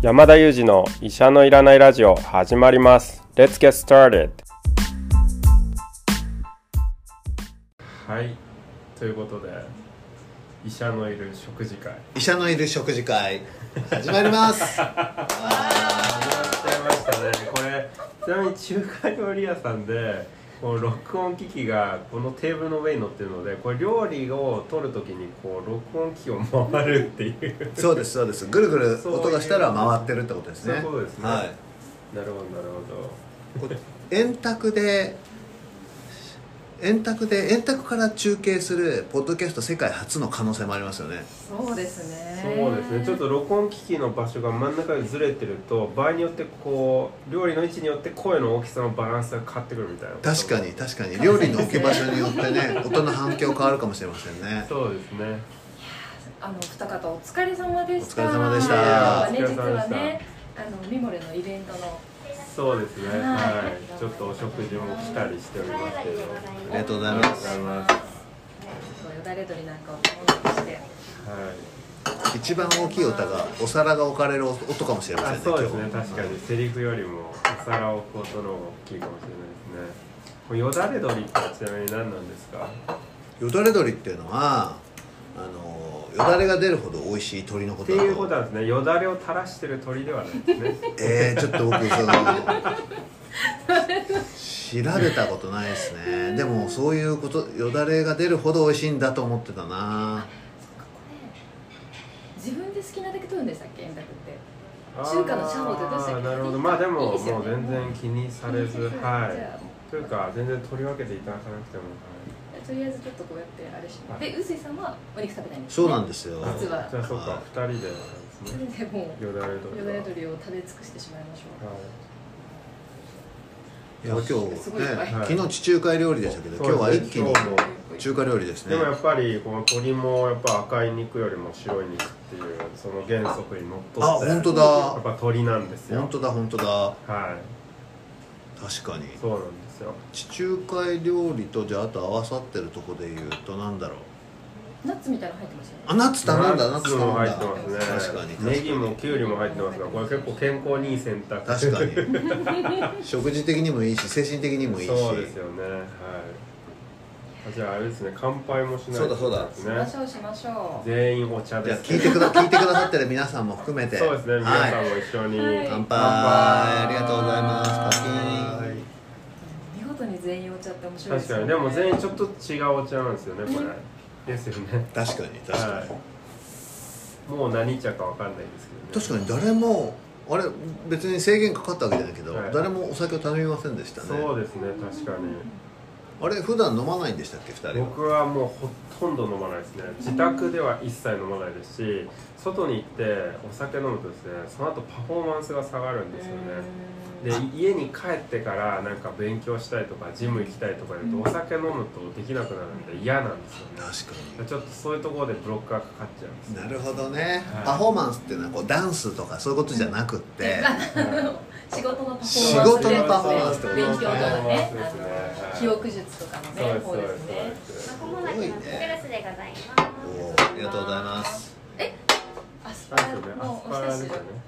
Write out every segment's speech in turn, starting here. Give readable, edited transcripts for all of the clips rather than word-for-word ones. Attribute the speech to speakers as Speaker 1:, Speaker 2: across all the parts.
Speaker 1: 山田裕二の医者のいらないラジオ始まります。 Let's get started。 はい、ということで医者のいる食事会
Speaker 2: 始まります
Speaker 1: 始まっちゃいましたね。これちなみに中華料理屋さんでこの録音機器がこのテーブルの上に乗ってるので、これ料理を撮るときにこう録音機器を回るっていう
Speaker 2: そうですそうです。ぐるぐる音がしたら回ってるってことですね。
Speaker 1: そういうことですね、
Speaker 2: はい、
Speaker 1: なるほど
Speaker 2: 円卓から中継するポッドキャスト世界初の可能性もありますよね。
Speaker 3: そうですね。
Speaker 1: ちょっと録音機器の場所が真ん中でずれてると、場合によってこう料理の位置によって声の大きさのバランスが変わってくるみたいな。
Speaker 2: 確かに料理の置き場所によってね音の反響変わるかもしれませんね。
Speaker 1: そうですね。
Speaker 3: 二方お疲れ様でした。
Speaker 2: お疲れ様でした。
Speaker 3: 実はね、ミモレのイベントの
Speaker 1: そうですね、はい、ちょっとお食事も来たりしておりますけど、
Speaker 2: ありがとうございます。
Speaker 3: よだれ鶏なんかを頼んでして、
Speaker 2: 一番大きい音がお皿が置かれる音かもしれませんね。
Speaker 1: そうですね、確かにセリフよりもお皿を置く音の方が大きいかもしれないですね。これよだれ鶏ってちなみに何なんですか？
Speaker 2: よだれ鶏っていうのはよだれが出るほど美味しい鶏のことだと。
Speaker 1: っていうことなんですね。よだれを垂らしてる鶏ではないですね。
Speaker 2: ちょっと僕調べたことないですね。でもそういうこと、よだれが出るほど美味しいんだと思ってたな。
Speaker 3: 自分で好きなだけ取るんでしたっけ、円卓って。中華のシャモでどうしたっけ。
Speaker 1: なるほど。まあでも
Speaker 3: いいですよね、
Speaker 1: もう全然気にされず、はい。
Speaker 3: じゃあ
Speaker 1: というか全然取り分けていただかなくても、
Speaker 3: とりあえずちょっとこうやってあれします。で、臼井さんはお肉食べたいんですね。
Speaker 2: そうなんですよ。
Speaker 3: 実は
Speaker 1: じゃあそうか、2人で
Speaker 3: それでもう
Speaker 1: よだれ鶏
Speaker 3: を食べ尽くしてしまいましょう。
Speaker 2: いや今日ね、
Speaker 1: はい、
Speaker 2: 昨日地中海料理でしたけど、今日は一気に中華料理ですね。
Speaker 1: でもやっぱりこの鶏もやっぱ赤い肉よりも白い肉っていうその原則にのっとって、
Speaker 2: 本当だ、
Speaker 1: やっぱ鶏なんですよ。
Speaker 2: 本当だ
Speaker 1: はい、
Speaker 2: 確かに
Speaker 1: そうなんですよ。
Speaker 2: 地中海料理とじゃあと合わさってるとこでいうとなんだろう。
Speaker 3: ナッツみたいなの入ってますよね。
Speaker 2: ナッツ頼んだ。
Speaker 1: ナッツも入ってますね。
Speaker 2: 確かに
Speaker 1: ネギもキュウリも入ってますが、これ結構健康にいい選択。
Speaker 2: 確かに食事的にもいいし精神的にもいいし。
Speaker 1: そうですよね。はい。じゃああれですね、乾杯もしないとですね。
Speaker 3: しましょう。
Speaker 1: 全員お茶です、ね。
Speaker 2: じゃあ聞いてくださってる皆さんも含めて。
Speaker 1: そうですね、皆さんも一緒に、
Speaker 2: 乾杯。ありがとうございます。パキン。
Speaker 3: 見事に全員お茶って面白いですね。
Speaker 1: 確かに、でも全員ちょっと違うお茶なんですよね、これ。ですよね。
Speaker 2: 確かに、
Speaker 1: もう何茶かわかんないですけどね。
Speaker 2: 確かに誰もあれ別に制限かかったわけじゃないけど、誰もお酒を頼みませんでしたね。
Speaker 1: そうですね、確かに。
Speaker 2: あれ普段飲まないんでしたっけ、2人は。
Speaker 1: 僕はもうほとんど飲まないですね。自宅では一切飲まないですし、外に行ってお酒飲むとですね、その後パフォーマンスが下がるんですよね。で、家に帰ってからなんか勉強したいとかジム行きたいとか言うと、お酒飲むとできなくなるんで嫌なんですよね。
Speaker 2: 確かに。
Speaker 1: ちょっとそういうところでブロックがかかっちゃうんです。
Speaker 2: なるほどね、パフォーマンスっていうのはこうダンスとかそういうことじゃなくって、
Speaker 3: 仕事のパフォーマンス、
Speaker 2: 仕事のパフォーマンスとか
Speaker 3: 勉強とかね、記憶術とかのね、
Speaker 1: そうですね。
Speaker 4: まもなくのピクルスでございます。
Speaker 2: ありがとうございます。
Speaker 3: アスパラのおひたし。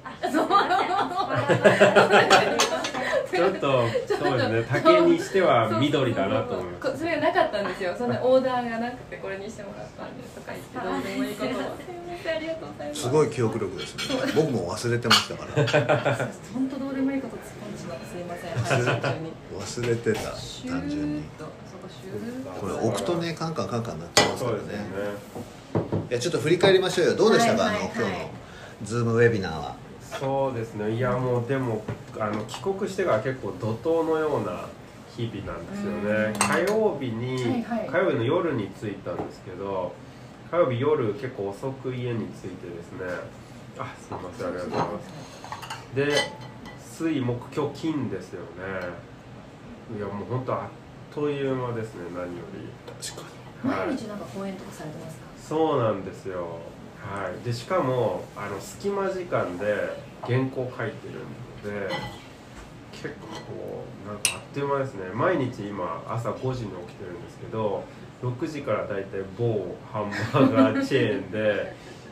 Speaker 1: ちょっとそうですね、竹にしては緑だなと思います。
Speaker 3: それがなかったんですよ。そんなオーダーがなくてこれにしてもらったんですとか言ってどうでもいいことを。すみません、ありがとうございます。
Speaker 2: すごい記憶力ですね。僕も忘れてましたから。
Speaker 3: 本当どうでもいいこと突っ込んでしまってすみません。
Speaker 2: 忘れてた、単純に。これ置くとね、カンカンになっちゃいますからね。いや、ちょっと振り返りましょうよ。どうでしたか、今日のズームウェビナーは。
Speaker 1: そうですね、いやもうでも帰国してから結構怒涛のような日々なんですよね。火曜日の夜に着いたんですけど、火曜日夜結構遅く家に着いてですね、すいません、ありがとうございます。で、水木今日金ですよね。いやもう本当あっという間ですね、何より。
Speaker 2: 確かに。
Speaker 3: 毎日なんか講演とかされてますか？
Speaker 1: そうなんですよ。はい、でしかも隙間時間で原稿書いてるので結構なんかあっという間ですね。毎日今朝5時に起きてるんですけど、6時からだいたい某ハンバーガーチェーンで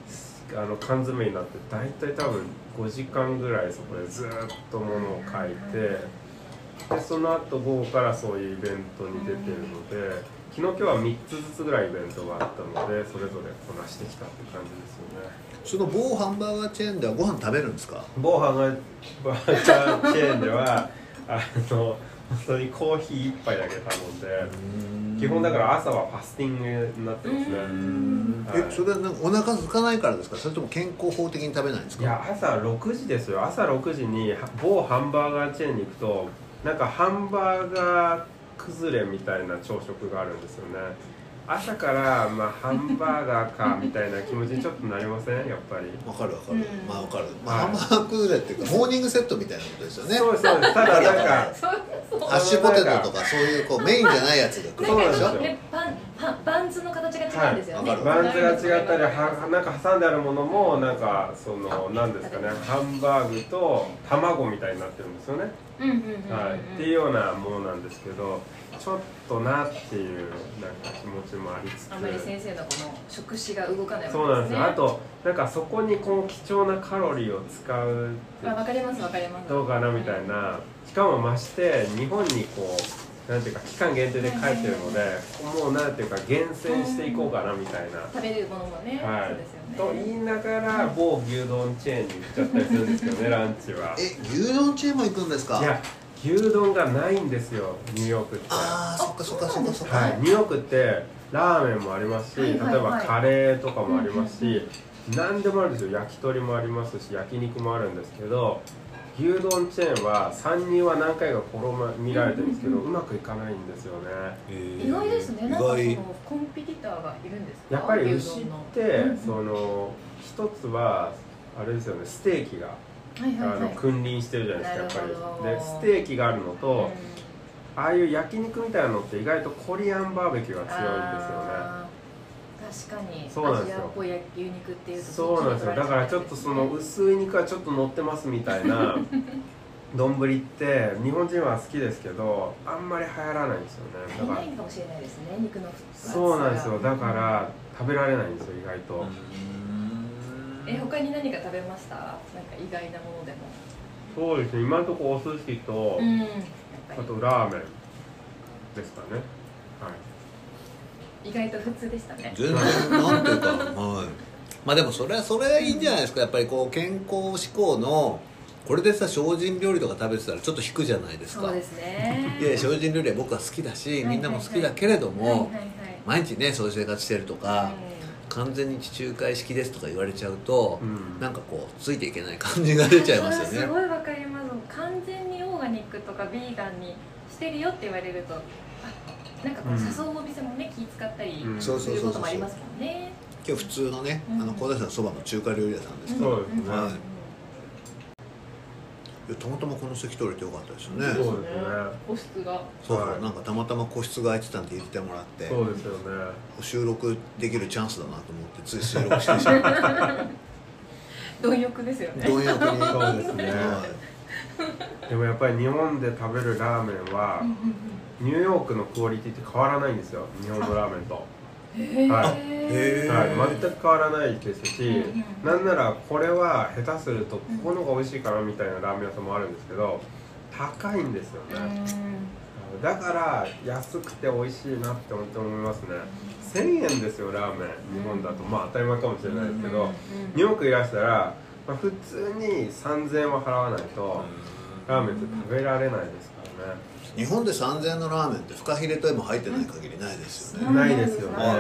Speaker 1: 缶詰になって大体多分5時間ぐらいそこでずっと物を書いて、でその後午後からそういうイベントに出てるので、昨日今日は3つずつぐらいイベントがあったのでそれぞれこなしてきたって感じですよね。
Speaker 2: その某ハンバーガーチェーンではご飯食べるんですか？
Speaker 1: 某ハンバーガーチェーンでは本当にコーヒー1杯だけ頼んで、基本だから朝はファスティングになってますね。
Speaker 2: はい、それはなんかお腹空かないからですか？それとも健康法的に食べないんですか？
Speaker 1: いや、朝6時ですよ。朝6時に某ハンバーガーチェーンに行くとなんかハンバーガー崩れみたいな朝食があるんですよね。朝からハンバーガーかみたいな気持ちにちょっとなりません？やっぱり
Speaker 2: わかるわかる、まあわかる、ハンバーガー崩れっていうかモーニングセットみたいなことですよね。
Speaker 1: そうですそうです。ただなんか
Speaker 2: ハッシュポテトとかそういうこうメインじゃないやつが来るでしょ。
Speaker 3: バンズの形が違うんですよね。
Speaker 1: バンズが違ったりなんか挟んであるものもなんかそのなんですかね、ハンバーグと卵みたいになってるんですよね。っていうようなものなんですけど、ちょっとなっていうなんか気持ちもありつつ、
Speaker 3: あまり先生のこの食指が動かないわけですね。
Speaker 1: そうなんですよ。あとなんかそこにこう貴重なカロリーを使うって
Speaker 3: わかりますわかります。
Speaker 1: どうかなみたいな。しかもまして日本にこうなんていうか期間限定で帰ってるので、もうなんていうか厳選していこうかなみたいな。
Speaker 3: 食べるものもね。
Speaker 1: はい。
Speaker 3: そうですよね。
Speaker 1: と言いながら某牛丼チェーンに行っちゃったりするんですけどね、ランチは。
Speaker 2: 牛丼チェーンも行くんですか？
Speaker 1: いや、牛丼がないんですよ、ニューヨークって。
Speaker 2: ああ、そっかそっかそっかそっか。
Speaker 1: はい、ニューヨークってラーメンもありますし、例えばカレーとかもありますし、何でもあるんですよ。焼き鳥もありますし、焼肉もあるんですけど、牛丼チェーンは3人は何回か試みられてるんですけど、うまくいかないんですよね。
Speaker 3: 意外ですね。なんかそのコンピティターがいるんですか？
Speaker 1: やっぱり牛ってその一つはあれですよね、ステーキが君臨してるじゃないですか、やっぱり。でステーキがあるのと、ああいう焼肉みたいなのって意外とコリアンバーベキューが強いんですよね。
Speaker 3: 確かに
Speaker 1: そうなんですよ。
Speaker 3: アジアっぽい牛肉っていうと
Speaker 1: そうなんですよ。だからちょっとその薄い肉はちょっと乗ってますみたいな丼って日本人は好きですけどあんまり流行らないんですよね。
Speaker 3: だからないかもしれないですね、肉の
Speaker 1: そうなんですよ。だから食べられないんですよ、意外と。
Speaker 3: 他に何か食べました？なんか意外なものでも。
Speaker 1: そうですね、今のところお寿司と、あとラーメンですかね。はい。
Speaker 3: 意外と普通でしたね。
Speaker 2: 全然なんていうか、はい。まあでもそれはいいんじゃないですか。やっぱりこう健康志向のこれでさ、精進料理とか食べてたらちょっと引くじゃないですか。
Speaker 3: そうですね。
Speaker 2: いや、精進料理は僕は好きだし、みんなも好きだけれども、毎日ねそういう生活してるとか、完全に地中海式ですとか言われちゃうと、なんかこうついていけない感じが出ちゃいますよね。
Speaker 3: すごいわかります。完全にオーガニックとかビーガンにしてるよって言われると、なんかこう誘うお店もね気使ったりすることもありますもんね。
Speaker 2: 今日普通のね、小田さんそばの中華料理屋さんですけ
Speaker 1: ど、
Speaker 2: そうですね。たまたまこの席取れてよかったですよね。
Speaker 1: そうですね。
Speaker 3: 個室が。
Speaker 2: そう、なんかたまたま個室が空いてたんで入れてもらって。
Speaker 1: そうですよね。
Speaker 2: 収録できるチャンスだなと思ってつい収録してしまった。
Speaker 3: 貪欲ですよね。
Speaker 2: 貪欲に。
Speaker 1: そうですね。でもやっぱり日本で食べるラーメンはニューヨークのクオリティって変わらないんですよ、日本のラーメンと。はい、全く変わらないですし、なんならこれは下手するとここの方が美味しいかなみたいなラーメン屋さんもあるんですけど、高いんですよね。だから安くて美味しいなって思いますね。1000円ですよラーメン、日本だと。まあ当たり前かもしれないですけど、ニューヨークいらしたら、普通に3000円は払わないとラーメンって食べられないですからね。
Speaker 2: 日本で3000円のラーメンってフカヒレとも入ってない限りないですよね。
Speaker 1: ないですよね。はい。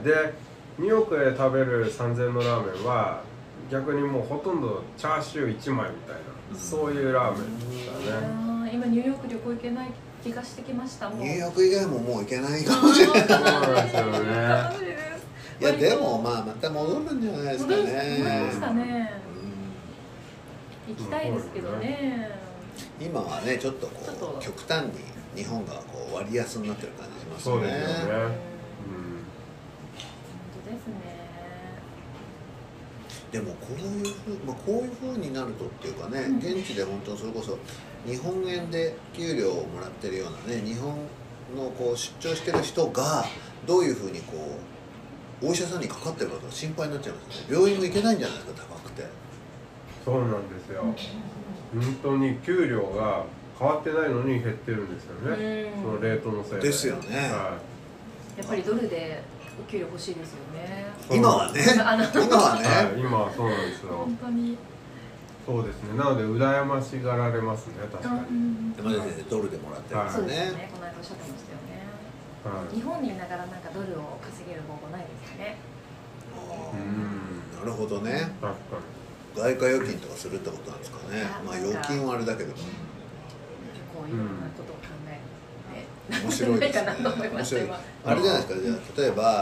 Speaker 1: でニューヨークで食べる3000円のラーメンは逆にもうほとんどチャーシュー1枚みたいな、そういうラーメンでしたね。
Speaker 3: 今ニューヨーク旅行行けない気がしてきました。
Speaker 2: ニューヨーク以外ももう行けないかもしれない。そう
Speaker 1: なんですよね。
Speaker 2: いやでもまた戻るんじゃないですかね。
Speaker 3: 戻りましたね。行きたいですけどね。
Speaker 2: 今はねちょっとこう極端に日本がこう割安になってる感じしますね。
Speaker 1: そうですよね。
Speaker 3: 本当ですね。
Speaker 2: でもこういう風になるとっていうかね、現地で本当それこそ日本円で給料をもらってるようなね、日本のこう出張してる人がどういう風にこうお医者さんにかかってる方が心配になっちゃいますね。病院も行けないんじゃないですか、高くて。
Speaker 1: そうなんですよ。本当に給料が変わってないのに減ってるんですよね。そのレートのせいで。
Speaker 2: ですよね。
Speaker 3: やっぱりドルでお給料欲しいですよね。
Speaker 2: 今はね。今はね。
Speaker 1: 今はそうなんですよ。
Speaker 3: 本当に。
Speaker 1: そうですね。なので羨ましがられますね、確かに。
Speaker 2: 山田先生ドルでもらってるんですね。
Speaker 3: そうですね。この間おっしゃってましたよね。日本にいながらなんかドルを稼げる方法ないですかね。
Speaker 2: なるほどね。
Speaker 1: 確かに。
Speaker 2: 外貨預金とかするってことなんですかね。まあ預金はあれだけど。
Speaker 3: 結構いろんなことを考えて
Speaker 2: 面白いですね。面白い。あれじゃないですか。じゃあ例えば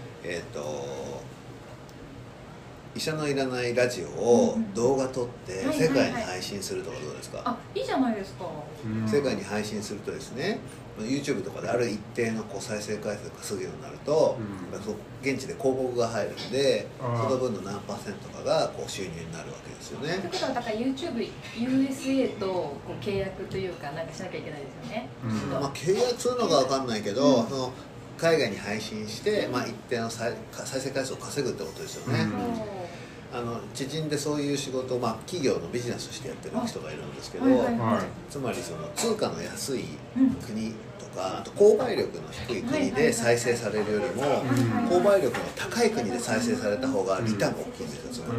Speaker 2: 医者のいらないラジオを動画撮って世界に配信するとかどうですか？
Speaker 3: あ、いいじゃないですか。
Speaker 2: 世界に配信するとですね、YouTube とかである一定の再生回数が稼ぐようになると、現地で広告が入るんで、その分の何%かが収入になるわけですよね。
Speaker 3: ということはだから YouTube USA と契約というかなんかしなきゃいけないですよね。
Speaker 2: まあ契約するのかわかんないけど、海外に配信して、一定の再生回数を稼ぐってことですよね。知人でそういう仕事を、企業のビジネスとしてやってる人がいるんですけど、つまりその通貨の安い国とか、あと購買力の低い国で再生されるよりも、購買力の高い国で再生された方がリターンが大きいんですよ。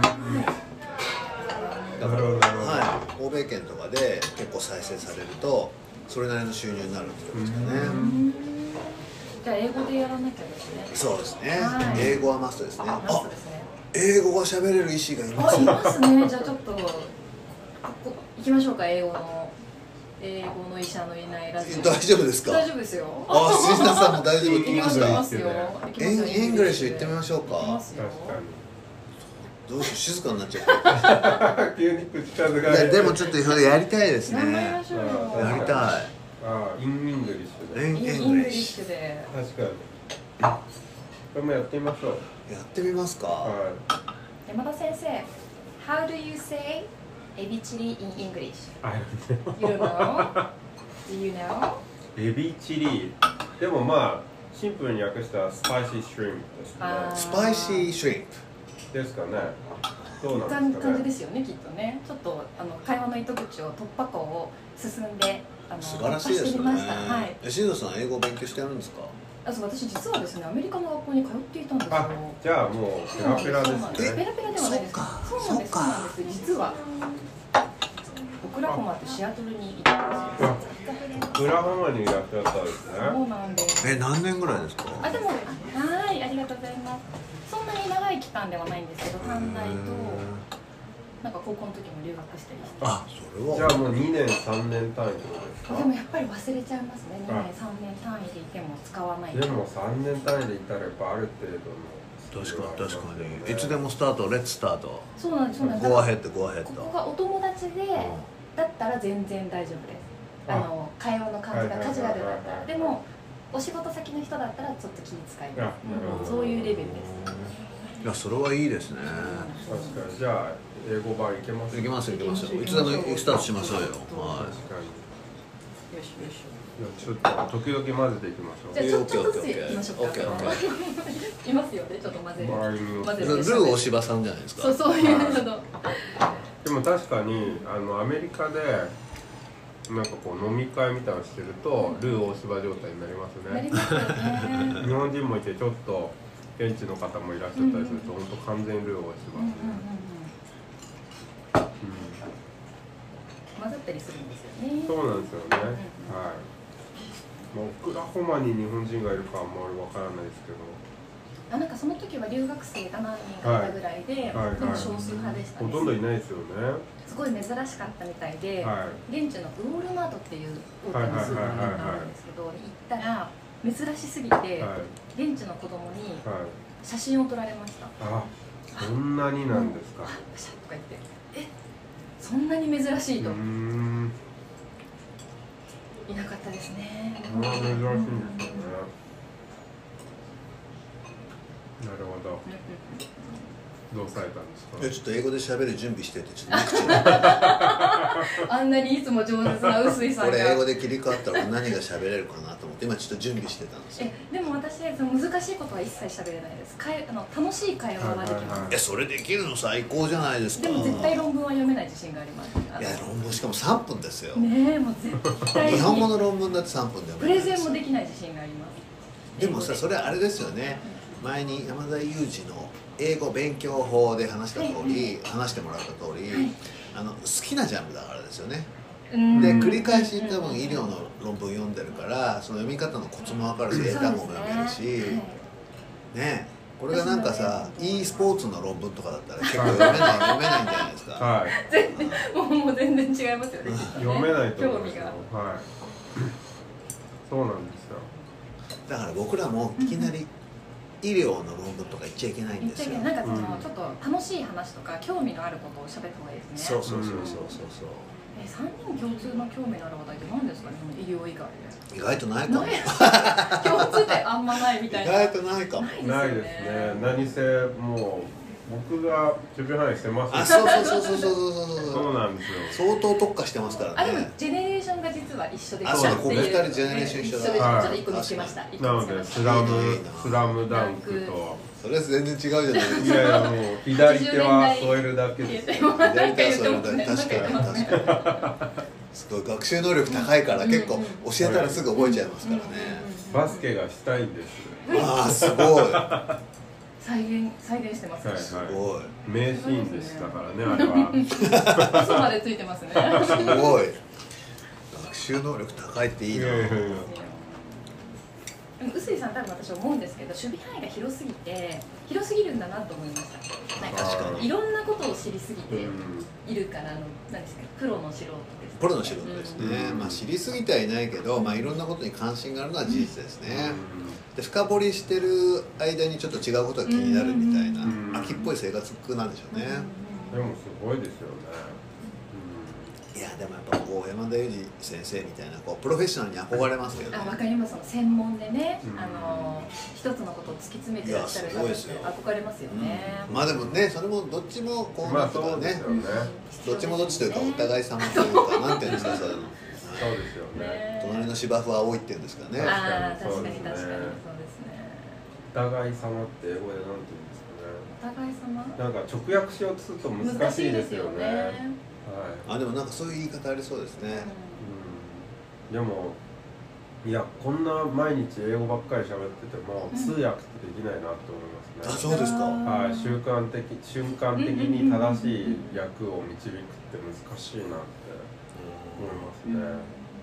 Speaker 2: だから欧米圏とかで結構再生されるとそれなりの収入になるってことですかね。
Speaker 3: じゃあ英語でやらなきゃですね。
Speaker 2: そうですね。英語はマストですね。英語が喋れる医師がいます。
Speaker 3: いますね。じゃあちょっと行きましょうか。英語の医者のいないラジオ。
Speaker 2: 大丈夫ですか？
Speaker 3: 大丈夫ですよ。
Speaker 2: 椎名さんも大丈夫。
Speaker 3: 行きましょう。
Speaker 2: イングリッシュ行ってみましょうか。
Speaker 3: 確かに。
Speaker 2: どうしよう、静かになっちゃ
Speaker 1: う。急に口数が。
Speaker 2: でもちょっとやりたいですね。
Speaker 3: や
Speaker 2: りたい。
Speaker 1: イングリッシュで。
Speaker 3: イングリッシュで。
Speaker 1: 確かに。これもやってみましょう。
Speaker 2: やってみますか。
Speaker 3: 山田先生、How do you say エビチリ in English? You know? Do you know?
Speaker 1: エビチリ。でもシンプルに訳したらスパイシーシュリンプですね。
Speaker 2: スパイシーシュリン
Speaker 1: プですかね。どうなんですかね。
Speaker 3: 感じですよね、きっとね。ちょっと会話の糸口を突破口を進んで
Speaker 2: 素晴らしいですね。篠田さん英語を勉強してやるんですか？
Speaker 3: 私実はですね、アメリカの学校に通っていたんですよ。
Speaker 1: じゃあもうペラペラですね。
Speaker 3: ペラペラではないです。そうなんです。実はオクラホマとシアトルにいたんですよ。
Speaker 1: オクラホマにいらっしゃったんですね。
Speaker 3: そうなんです。
Speaker 2: 何年ぐらいですか？
Speaker 3: でもありがとうございます。そんなに長い期間ではないんですけど、短大となんか高校の時も留学したりして。
Speaker 2: それは。
Speaker 1: じゃあもう2年3年単位ってことですか？
Speaker 3: でもやっぱり忘れちゃいますね。2年3年単位でいても使わない。
Speaker 1: でも3年単位でいたらやっぱある程度の。
Speaker 2: 確かに。いつでもスタート、レッツスタート。
Speaker 3: そうなんです。
Speaker 2: ゴーアヘッド。こ
Speaker 3: こがお友達でだったら全然大丈夫です。会話の感じがカジュアルだったら。でもお仕事先の人だったらちょっと気遣います。そういうレベルです。
Speaker 2: いや、それはいいですね。
Speaker 1: 確かに。じゃあ英語版いけます？
Speaker 2: いけますよ。いつでもスタートしましょうよ。
Speaker 1: 確かに。
Speaker 3: よしよし。
Speaker 1: ちょっと時々混ぜていきましょう。
Speaker 3: じゃあちょっとずついきましょうか。いますよね。ちょっと混ぜる。
Speaker 2: ルー大柴さんじゃないですか。
Speaker 3: そういうの。
Speaker 1: でも確かにアメリカでなんか飲み会みたいなのしてるとルー大柴状態になりますね。
Speaker 3: なりますよね。
Speaker 1: 日本人もいてちょっと現地の方もいらっしゃったりすると本当完全ルー大柴ですね。
Speaker 3: 混ざったりするんですよね。
Speaker 1: そうなんですよね。はい。オクラホマに日本人がいるかはあんまりわからないですけど。
Speaker 3: なんかその時は留学生が何人かいたぐらいで、でも少数派でしたね。
Speaker 1: ほとんどいないですよね。
Speaker 3: すごい珍しかったみたいで、現地のウォールマートっていう大手のスーパーがあるんですけど、行ったら珍しすぎて現地の子供に写真を撮られました。
Speaker 1: そんなになんですか。
Speaker 3: パシャッとか言って、そんなに珍しいと。いなかったですね。
Speaker 1: 珍しいんですよね。なるほど。 どうされたんですか？
Speaker 2: ちょっと英語で喋る準備してて、ちょっと
Speaker 3: あんなにいつも上手な臼井さんが
Speaker 2: これ英語で切り替わったら何が喋れるかなと思って今ちょっと準備してたんですよ。
Speaker 3: でも私その難しいことは一切喋れないです。楽しい会話はできます。
Speaker 2: それできるの最高じゃないですか。
Speaker 3: でも絶対論文は読めない自信があります。
Speaker 2: いや論文しかも3分ですよ。
Speaker 3: ねえもう絶対
Speaker 2: 日本語の論文だって3分で読めないです。
Speaker 3: プレゼンもできない自信があります。
Speaker 2: でもさ、それあれですよね。前に山田裕二の英語勉強法で話した通り、話してもらった通り、好きなジャンルだからですよね。で繰り返し多分医療の論文読んでるからその読み方のコツも分かるし英単語も読めるしね。これがなんかさ e スポーツの論文とかだったら結構読めないんじゃないですか。
Speaker 1: はい。
Speaker 3: 全然もう全然違いますよね。
Speaker 1: 読めないと思いますよ。
Speaker 3: 興
Speaker 1: はい。そうなんですよ。
Speaker 2: だから僕らもいきなり医療の論文とか言っちゃいけないんですよ。
Speaker 3: なんかそのちょっと楽しい話とか興味のあることを喋った方がいいですね。
Speaker 2: そうそう。
Speaker 3: 3人共通の興味のある話題って何ですかね、医療以外で。
Speaker 2: 意外とないかも。
Speaker 3: 共通ってあんまないみたいな。
Speaker 2: 意外とないかも。
Speaker 1: ないですね。何せもう僕が中病範囲してます。
Speaker 2: そう。
Speaker 1: そうなんですよ。
Speaker 2: 相当特化してますからね。
Speaker 3: でもジェネレーションが実は一緒で。
Speaker 2: そうだ、ここ2人ジェネレーション一緒だ。
Speaker 3: ちょっと1個見つけました。
Speaker 1: なのでスラムダンクと。
Speaker 2: それは全然違うじゃないですか。
Speaker 1: いやもう左手は添えるだけです。
Speaker 2: 左手は添えるだけ。確かに。すごい学習能力高いから結構教えたらすぐ覚えちゃいますからね。
Speaker 1: バスケがしたいんです。
Speaker 2: ああすごい。
Speaker 3: 再現してますね。
Speaker 2: すごい。
Speaker 1: 名シーンでしたからねあれは。
Speaker 3: 嘘までついてますね。
Speaker 2: すごい。学習能力高いっていいな。
Speaker 3: 臼井さん多分私思うんですけど守備範囲が広すぎるんだなと思いました。なんかいろんなことを知りすぎているから何ですかプロの素人です。
Speaker 2: プロの素人ですね。まあ知りすぎてはいないけど、まあいろんなことに関心があるのは事実ですね。で深掘りしてる間にちょっと違うことが気になるみたいな秋っぽい生活なんでしょうね。
Speaker 1: でもすごいですよね。
Speaker 2: いやでもやっぱこう山田裕二先生みたいなこうプロフェッショナルに憧れますけどね。
Speaker 3: わかります。その専門でね、一つのことを突き詰めていらっしゃる方って憧れますよね。
Speaker 2: まあでもねそれもどっちもこうなんとかね、どっちもどっちというかお互い様というかなんていうんですかそういうの。
Speaker 1: そうですよね。
Speaker 2: 隣の芝生は青いっていうんですかね。
Speaker 3: ああ確かにそうですね。
Speaker 1: お互い様って英語でなんて言うんですかね。
Speaker 3: お互い様。
Speaker 1: なんか直訳しようとすると難しいですよね。
Speaker 2: でもなんかそういう言い方ありそうですね。
Speaker 1: でもいやこんな毎日英語ばっかり喋ってても通訳ってできないなって思いますね。
Speaker 2: あ、そうですか。
Speaker 1: はい、瞬間的に正しい訳を導くって難しいなって思いますね。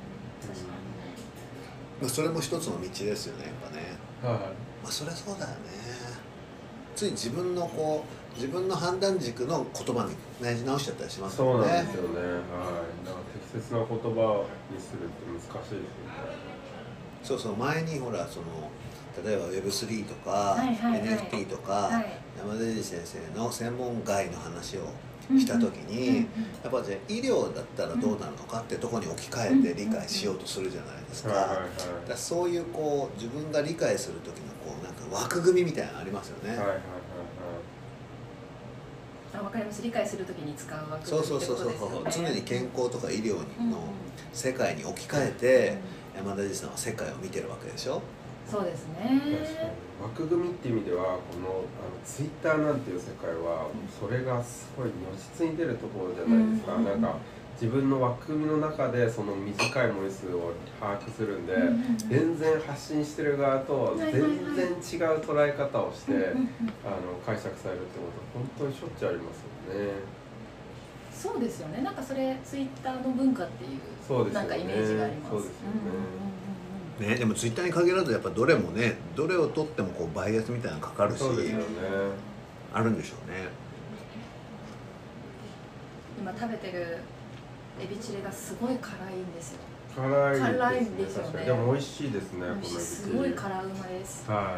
Speaker 2: それも一つの道ですよね、やっぱね。
Speaker 1: はい。
Speaker 2: まあそりゃそうだよね。つい自分の判断軸の言葉にねじ直しちゃったりしますよね。
Speaker 1: そうなんですよね。はい。だから適切な言葉にするって難しいですよね。
Speaker 2: そう前にほら例えば Web3 とか NFT とか山田裕二先生の専門外の話をした時にやっぱじゃあ医療だったらどうなるのかってとこに置き換えて理解しようとするじゃないですか。だからそういうこう自分が理解する時のこうなんか枠組みみたいなのありますよね。
Speaker 3: わかります。理解するときに使う枠
Speaker 2: 組みってことですよね。常に健康とか医療の世界に置き換えて山田裕二さんは世界を見てるわけでしょ。
Speaker 3: そうですね。
Speaker 1: 枠組みっていう意味ではこのツイッターなんていう世界はそれがすごい如実に出るところじゃないですか。なんか自分の枠組みの中でその短い文字数を把握するんで全然発信してる側と全然違う捉え方をして解釈されるってことは本当にしょっちゅうありますよね。
Speaker 3: そうですよね。なんかそれツイッターの文化っていうなんかイメージがあります。そうですよ
Speaker 2: ね。でもツイッターに限らずやっぱどれもねどれを取ってもこうバイアスみたいなのかかるしあるんでしょうね。
Speaker 3: 今食べてるエビチリがすごい辛いんですよ。
Speaker 1: 辛
Speaker 3: いんですよね。
Speaker 1: でも美味しいですね。このエビチリ
Speaker 3: すごい辛うまです。
Speaker 1: はい。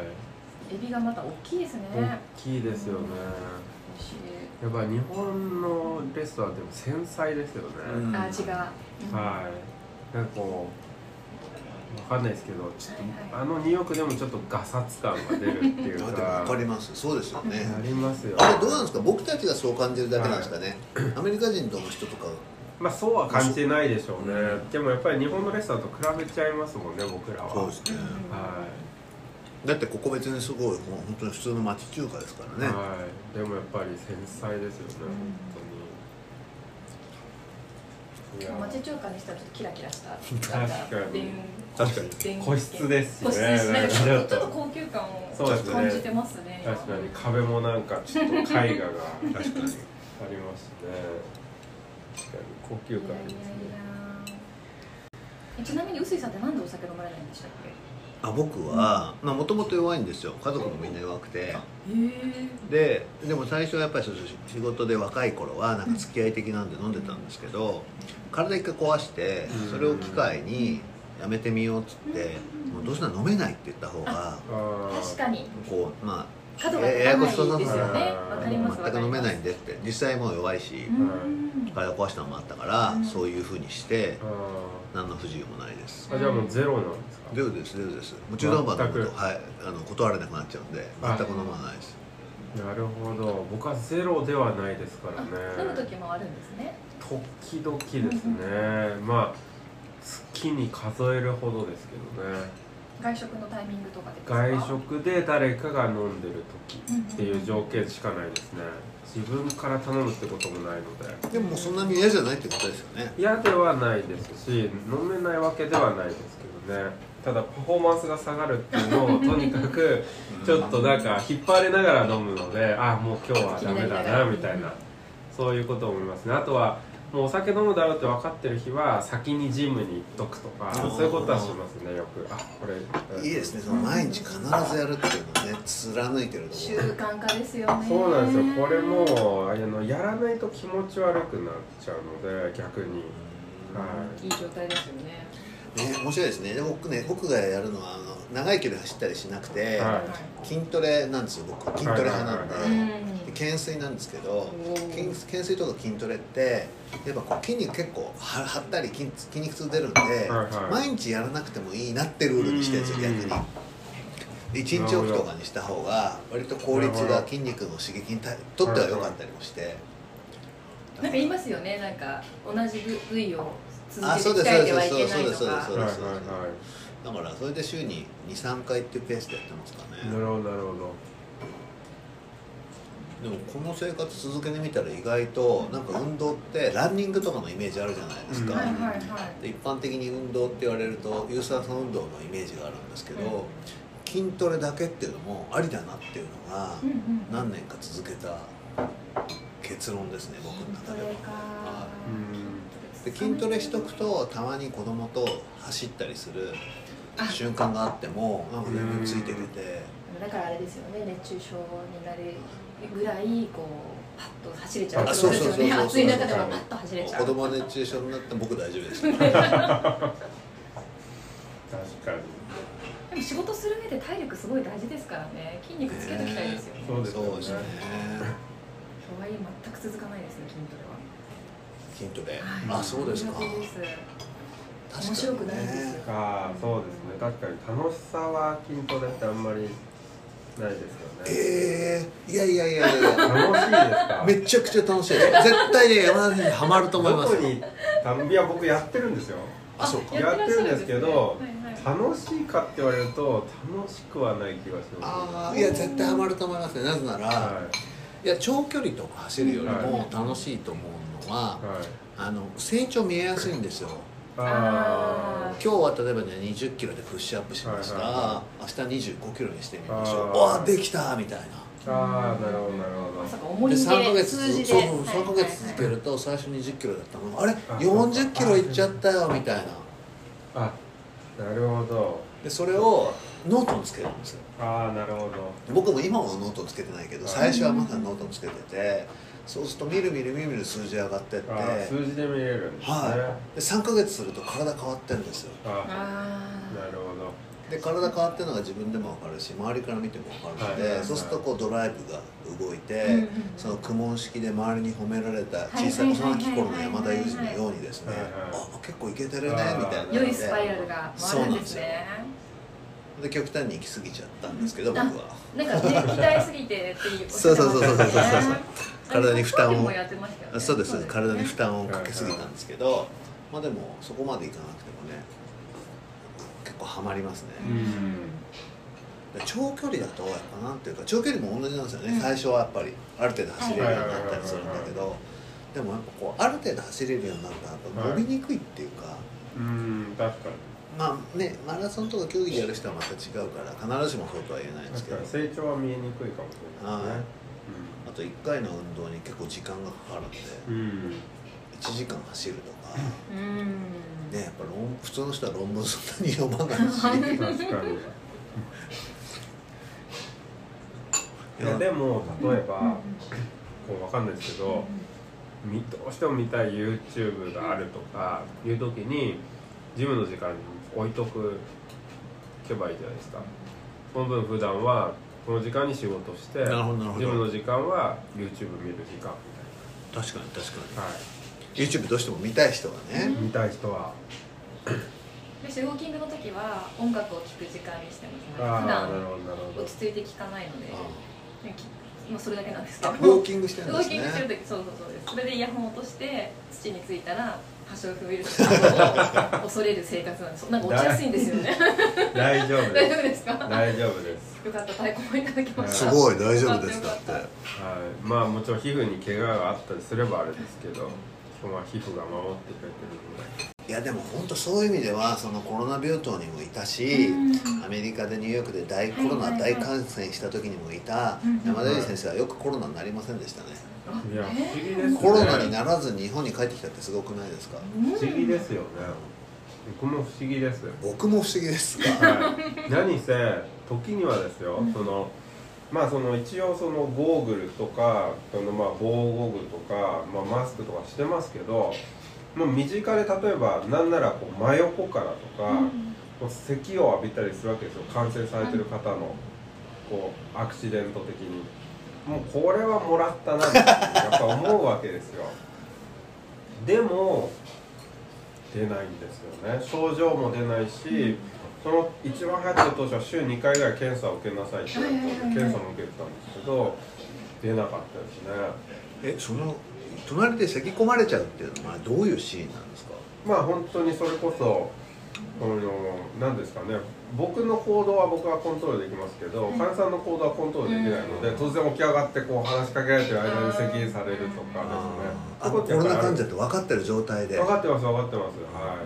Speaker 3: エビがまた大きいですね。
Speaker 1: 大きいですよね。美味しい。やっぱ日本のレストランでも繊細ですよね。
Speaker 3: 味が。
Speaker 1: はい。なんかこうかんないですけど、ちょっとニューヨークでもちょっとガサツ感が出るっていうか。
Speaker 2: わかります。そうですよね。
Speaker 1: ありますよ。
Speaker 2: あれどうなんですか。僕たちがそう感じるだけなんですかね。アメリカ人との人とか。
Speaker 1: まあそうは感じてないでしょうね。でもやっぱり日本のレストランと比べちゃいますもんね、僕らは。
Speaker 2: そうですね。はい。だってここ別にすごいもう本当に普通の町中華ですからね。
Speaker 1: はい。でもやっぱり繊細ですよね、本当に。
Speaker 3: 町中華にしたらちょっとキラキラした。
Speaker 1: 確かに。個室ですしね。
Speaker 3: ちょっと高級感を感じてますね。
Speaker 1: 確かに壁もなんかちょっと絵画が確かにありますね。確かに高級感あります
Speaker 3: ね。ちなみに臼井さんってなんでお酒飲まれないんでしたっけ？
Speaker 2: 僕はもともと弱いんですよ。家族もみんな弱くて。でも最初はやっぱり仕事で若い頃はなんか付き合い的なんで飲んでたんですけど、体一回壊してそれを機会にやめてみようっつって、もうどうせなら飲めないって言った方が
Speaker 3: 確かに
Speaker 2: こう
Speaker 3: 角が立たないですよね。
Speaker 2: 全く飲めないんでって、実際もう弱いし体壊したのもあったから、そういうふうにして何の不自由もないです。
Speaker 1: じゃあもうゼロなんですか？
Speaker 2: ゼロです。もう中途半端なこと断れなくなっちゃうんで全く飲まないです。
Speaker 1: なるほど。僕はゼロではないですからね。
Speaker 3: 飲む時もあるんですね。
Speaker 1: 時々ですね。まあ月に数えるほどですけどね。
Speaker 3: 外食のタイミングとかでですか？
Speaker 1: 外食で誰かが飲んでる時っていう条件しかないですね。自分から頼むってこともないので。
Speaker 2: でもそんなに嫌じゃないってことですよね。
Speaker 1: 嫌ではないですし、飲めないわけではないですけどね。ただパフォーマンスが下がるっていうのをとにかくちょっとなんか引っ張りながら飲むので、もう今日はダメだなみたいな、そういうことを思いますね。あとはもうお酒飲むだろうって分かってる日は先にジムに行っとくとか、そういうことはしますね。よくこれ
Speaker 2: いいですね。その毎日必ずやるっていうのね、貫いてるところ。
Speaker 3: 習慣化ですよね。
Speaker 1: そうなんですよ。これもやらないと気持ち悪くなっちゃうので、逆に
Speaker 3: いい状態ですよね。
Speaker 2: 面白いですね。で僕がやるのは長い距離走ったりしなくて、筋トレなんですよ。僕筋トレ派なんで、懸垂なんですけど、懸垂とか筋トレってやっぱこう筋肉結構張ったり筋肉痛出るんで、毎日やらなくてもいいなってルールにしてるんですよ。逆に1日おきとかにした方が割と効率が筋肉の刺激にとっては良かったりもして。
Speaker 3: なんか言いますよね。なんか同じ部位を続けて鍛えてはいけないとか。
Speaker 2: だからそれで週に 2,3 回っていうペースでやってますかね。
Speaker 1: なるほどなるほど。
Speaker 2: でもこの生活続けてみたら意外となんか運動ってランニングとかのイメージあるじゃないですか。で一般的に運動って言われると有酸素運動のイメージがあるんですけど、筋トレだけっていうのもありだなっていうのが何年か続けた結論ですね、僕の中では。で筋トレしとくとたまに子供と走ったりする瞬間があってもなんか全然ついてきて、
Speaker 3: だからあれですよね、熱中症になるぐらいこうパッと走れちゃう。
Speaker 2: そうそうそうそう、
Speaker 3: 暑い中でもパッと走れちゃう。
Speaker 2: 子供は熱中症になっても僕大丈夫です。
Speaker 1: 確かに。
Speaker 3: でも仕事する上で体力すごい大事ですからね。筋肉つけときたいですよね。
Speaker 1: そうですね。
Speaker 3: とはいえ全く続かないですね、筋トレは。
Speaker 2: 筋トレ、そうですか。
Speaker 3: 面白くないですよ。
Speaker 1: そうですね。確かに楽しさは筋トレってあんまりないですよね。
Speaker 2: いや
Speaker 1: 楽しいですか？
Speaker 2: めちゃくちゃ楽しいです。絶対ね山田にハマると思いますよ。
Speaker 1: いや僕やってるんですよ。
Speaker 2: そうか。
Speaker 1: やってるんですけど、楽しいかって言われると楽しくはない気がします。
Speaker 2: いや絶対ハマると思いますね。なぜなら、いや長距離とか走るよりも楽しいと思うのは、成長見えやすいんですよ。今日は例えばね20キロでプッシュアップしました。明日25キロにしてみましょう。わあできたみたいな。
Speaker 1: なるほどなるほど。
Speaker 2: で3ヶ月続けると最初20キロだったのがあれ40キロいっちゃったよみたいな。
Speaker 1: なるほど。
Speaker 2: でそれをノートにつけるんですよ。
Speaker 1: なるほど。僕
Speaker 2: も今はノートにつけてないけど最初はまだノートにつけてて、そうするとみるみる数字上がってって、
Speaker 1: 数字で見えるんですね。
Speaker 2: で3ヶ月すると体変わってるんですよ。
Speaker 1: なるほど。
Speaker 2: で体変わってるのが自分でも分かるし周りから見ても分かるので、そうするとこうドライブが動いて、その苦悶式で周りに褒められた小さい幼き頃の山田裕二のようにですね、あ結構いけてるねみたいな
Speaker 3: 良いスパイラルが回るんですね。
Speaker 2: で極端に行き過ぎちゃったんですけど、僕は
Speaker 3: なんかね鍛えすぎてっていう
Speaker 2: そう体に負担をそうです、
Speaker 3: ね、
Speaker 2: 体に負担をかけすぎたんですけど、まあでもそこまでいかなくてもね結構ハマりますね。長距離だとやっぱなんていうか、長距離も同じなんですよね、最初はやっぱりある程度走れるようになったりするんだけど、でもやっぱこうある程度走れるようになると伸びにくいっていうか、
Speaker 1: 確かに
Speaker 2: まあね、マラソンとか競技でやる人はまた違うから必ずしもそうとは言えないんですけど、
Speaker 1: 成長は見えにくいかもしれないですね。
Speaker 2: あと1回の運動に結構時間がかかるんで、1時間走るとか、ね、やっぱ普通の人は論文そんなに読まないし
Speaker 1: 確かにいやでも例えばこう分かんないですけど、どうしても見たい YouTube があるとかいう時にジムの時間に置いとくけばいいじゃないですか。その分普段はこの時間に仕事して、ジムの時間は YouTube 見る時間みたいな。
Speaker 2: 確かに、YouTube どうしても見たい人はね、
Speaker 1: 見たい人は
Speaker 3: 私ウォーキングの時は音楽を聴く時間にしてます。普段落ち着いて聴かないので、もうそれだけなんですけど、
Speaker 2: ウォーキングしてるんですね。
Speaker 3: ウォーキングしてる時、そうです。それでイヤホン落として土についたら発症ウイルスを恐れる生活なんです。なんか落ちやすいんですよね。
Speaker 1: 大丈夫
Speaker 3: ですか？
Speaker 1: 大丈夫です。
Speaker 3: よかった、太鼓もいただきました。
Speaker 2: すごい大丈夫ですだって。はい、
Speaker 1: まあもちろん皮膚に怪我があったりすればあれですけど、基本は皮膚が守ってくれてるので。
Speaker 2: いやでも本当そういう意味ではそのコロナ病棟にもいたし、アメリカでニューヨークでコロナ大感染した時にもいた山田裕二先生はよくコロナになりませんでしたね。
Speaker 1: いや不思議ですね。
Speaker 2: コロナにならず日本に帰ってきたってすごくないですか？
Speaker 1: 不思議ですよね。僕も不思議です。
Speaker 2: 僕も不思議ですか？
Speaker 1: はい、何せ時にはですよ、まあその一応そのゴーグルとかまあ防護具とか、まあ、マスクとかしてますけど、もう身近で例えばなんならこう真横からとか、咳を浴びたりするわけですよ、感染されてる方のこうアクシデント的に。もうこれはもらったなってやっぱ思うわけですよ。でも出ないんですよね。症状も出ないし、その一番流行ってる当初は週2回ぐらい検査を受けなさいって言われて、検査も受けてたんですけど出なかったですね。
Speaker 2: その隣で咳込まれちゃうっていうのはどういうシーンなんですか？
Speaker 1: まあ本当にそれこそ何ですかね、僕の行動は僕はコントロールできますけど、患者さんの行動はコントロールできないので、突然起き上がってこう話しかけられてる間に咳されるとかですね。
Speaker 2: コロナ患者って分かってる状態で。
Speaker 1: 分かってます。はい。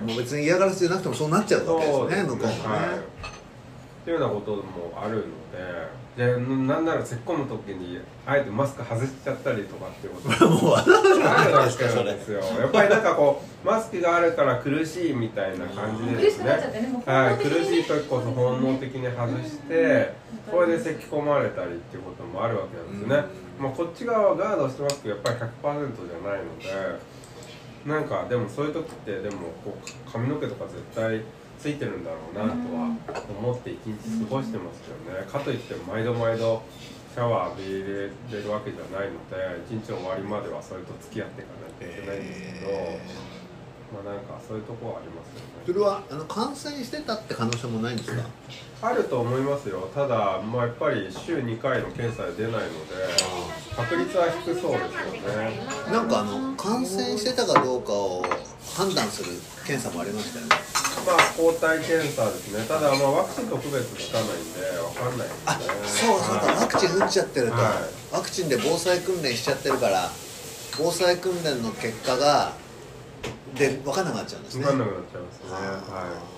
Speaker 2: もう別に嫌がらせじゃなくてもそうなっちゃうわけですね、向こうもね。
Speaker 1: っていうようなこともあるので、なんなら突っ込む時にあえてマスク外しちゃったりとかっていうこと
Speaker 2: もうわざわざ
Speaker 1: あるわけなんですよ。やっぱりなんかこうマスクがあるから苦しいみたいな感じでですね、苦しい時こそ本能的に外してそれで咳込まれたりっていうこともあるわけなんですよね。まあこっち側はガードしてますけどやっぱり 100% じゃないので、なんかでもそういう時ってでもこう髪の毛とか絶対ついてるんだろうなとは思って一日過ごしてますけどね。かといって毎度シャワー浴びれるわけじゃないので、一日の終わりまではそれと付き合っていかないといけないんですけど、まあなんかそういうところはありますよね。
Speaker 2: それは感染してたって可能性もないんですか？
Speaker 1: あると思いますよ。ただ、まあ、やっぱり週2回の検査で出ないので確率は低そうですよね。
Speaker 2: なんか感染してたかどうかを判断する検査もありましたよね。
Speaker 1: まあ抗体検査ですね。ただまあワクチンと区別つかないんで分かんないですね。
Speaker 2: そうか、ワクチン打っちゃってると、ワクチンで防災訓練しちゃってるから防災訓練の結果がで分かんなくなっちゃうんですね。
Speaker 1: 分かんなくなっちゃいますね。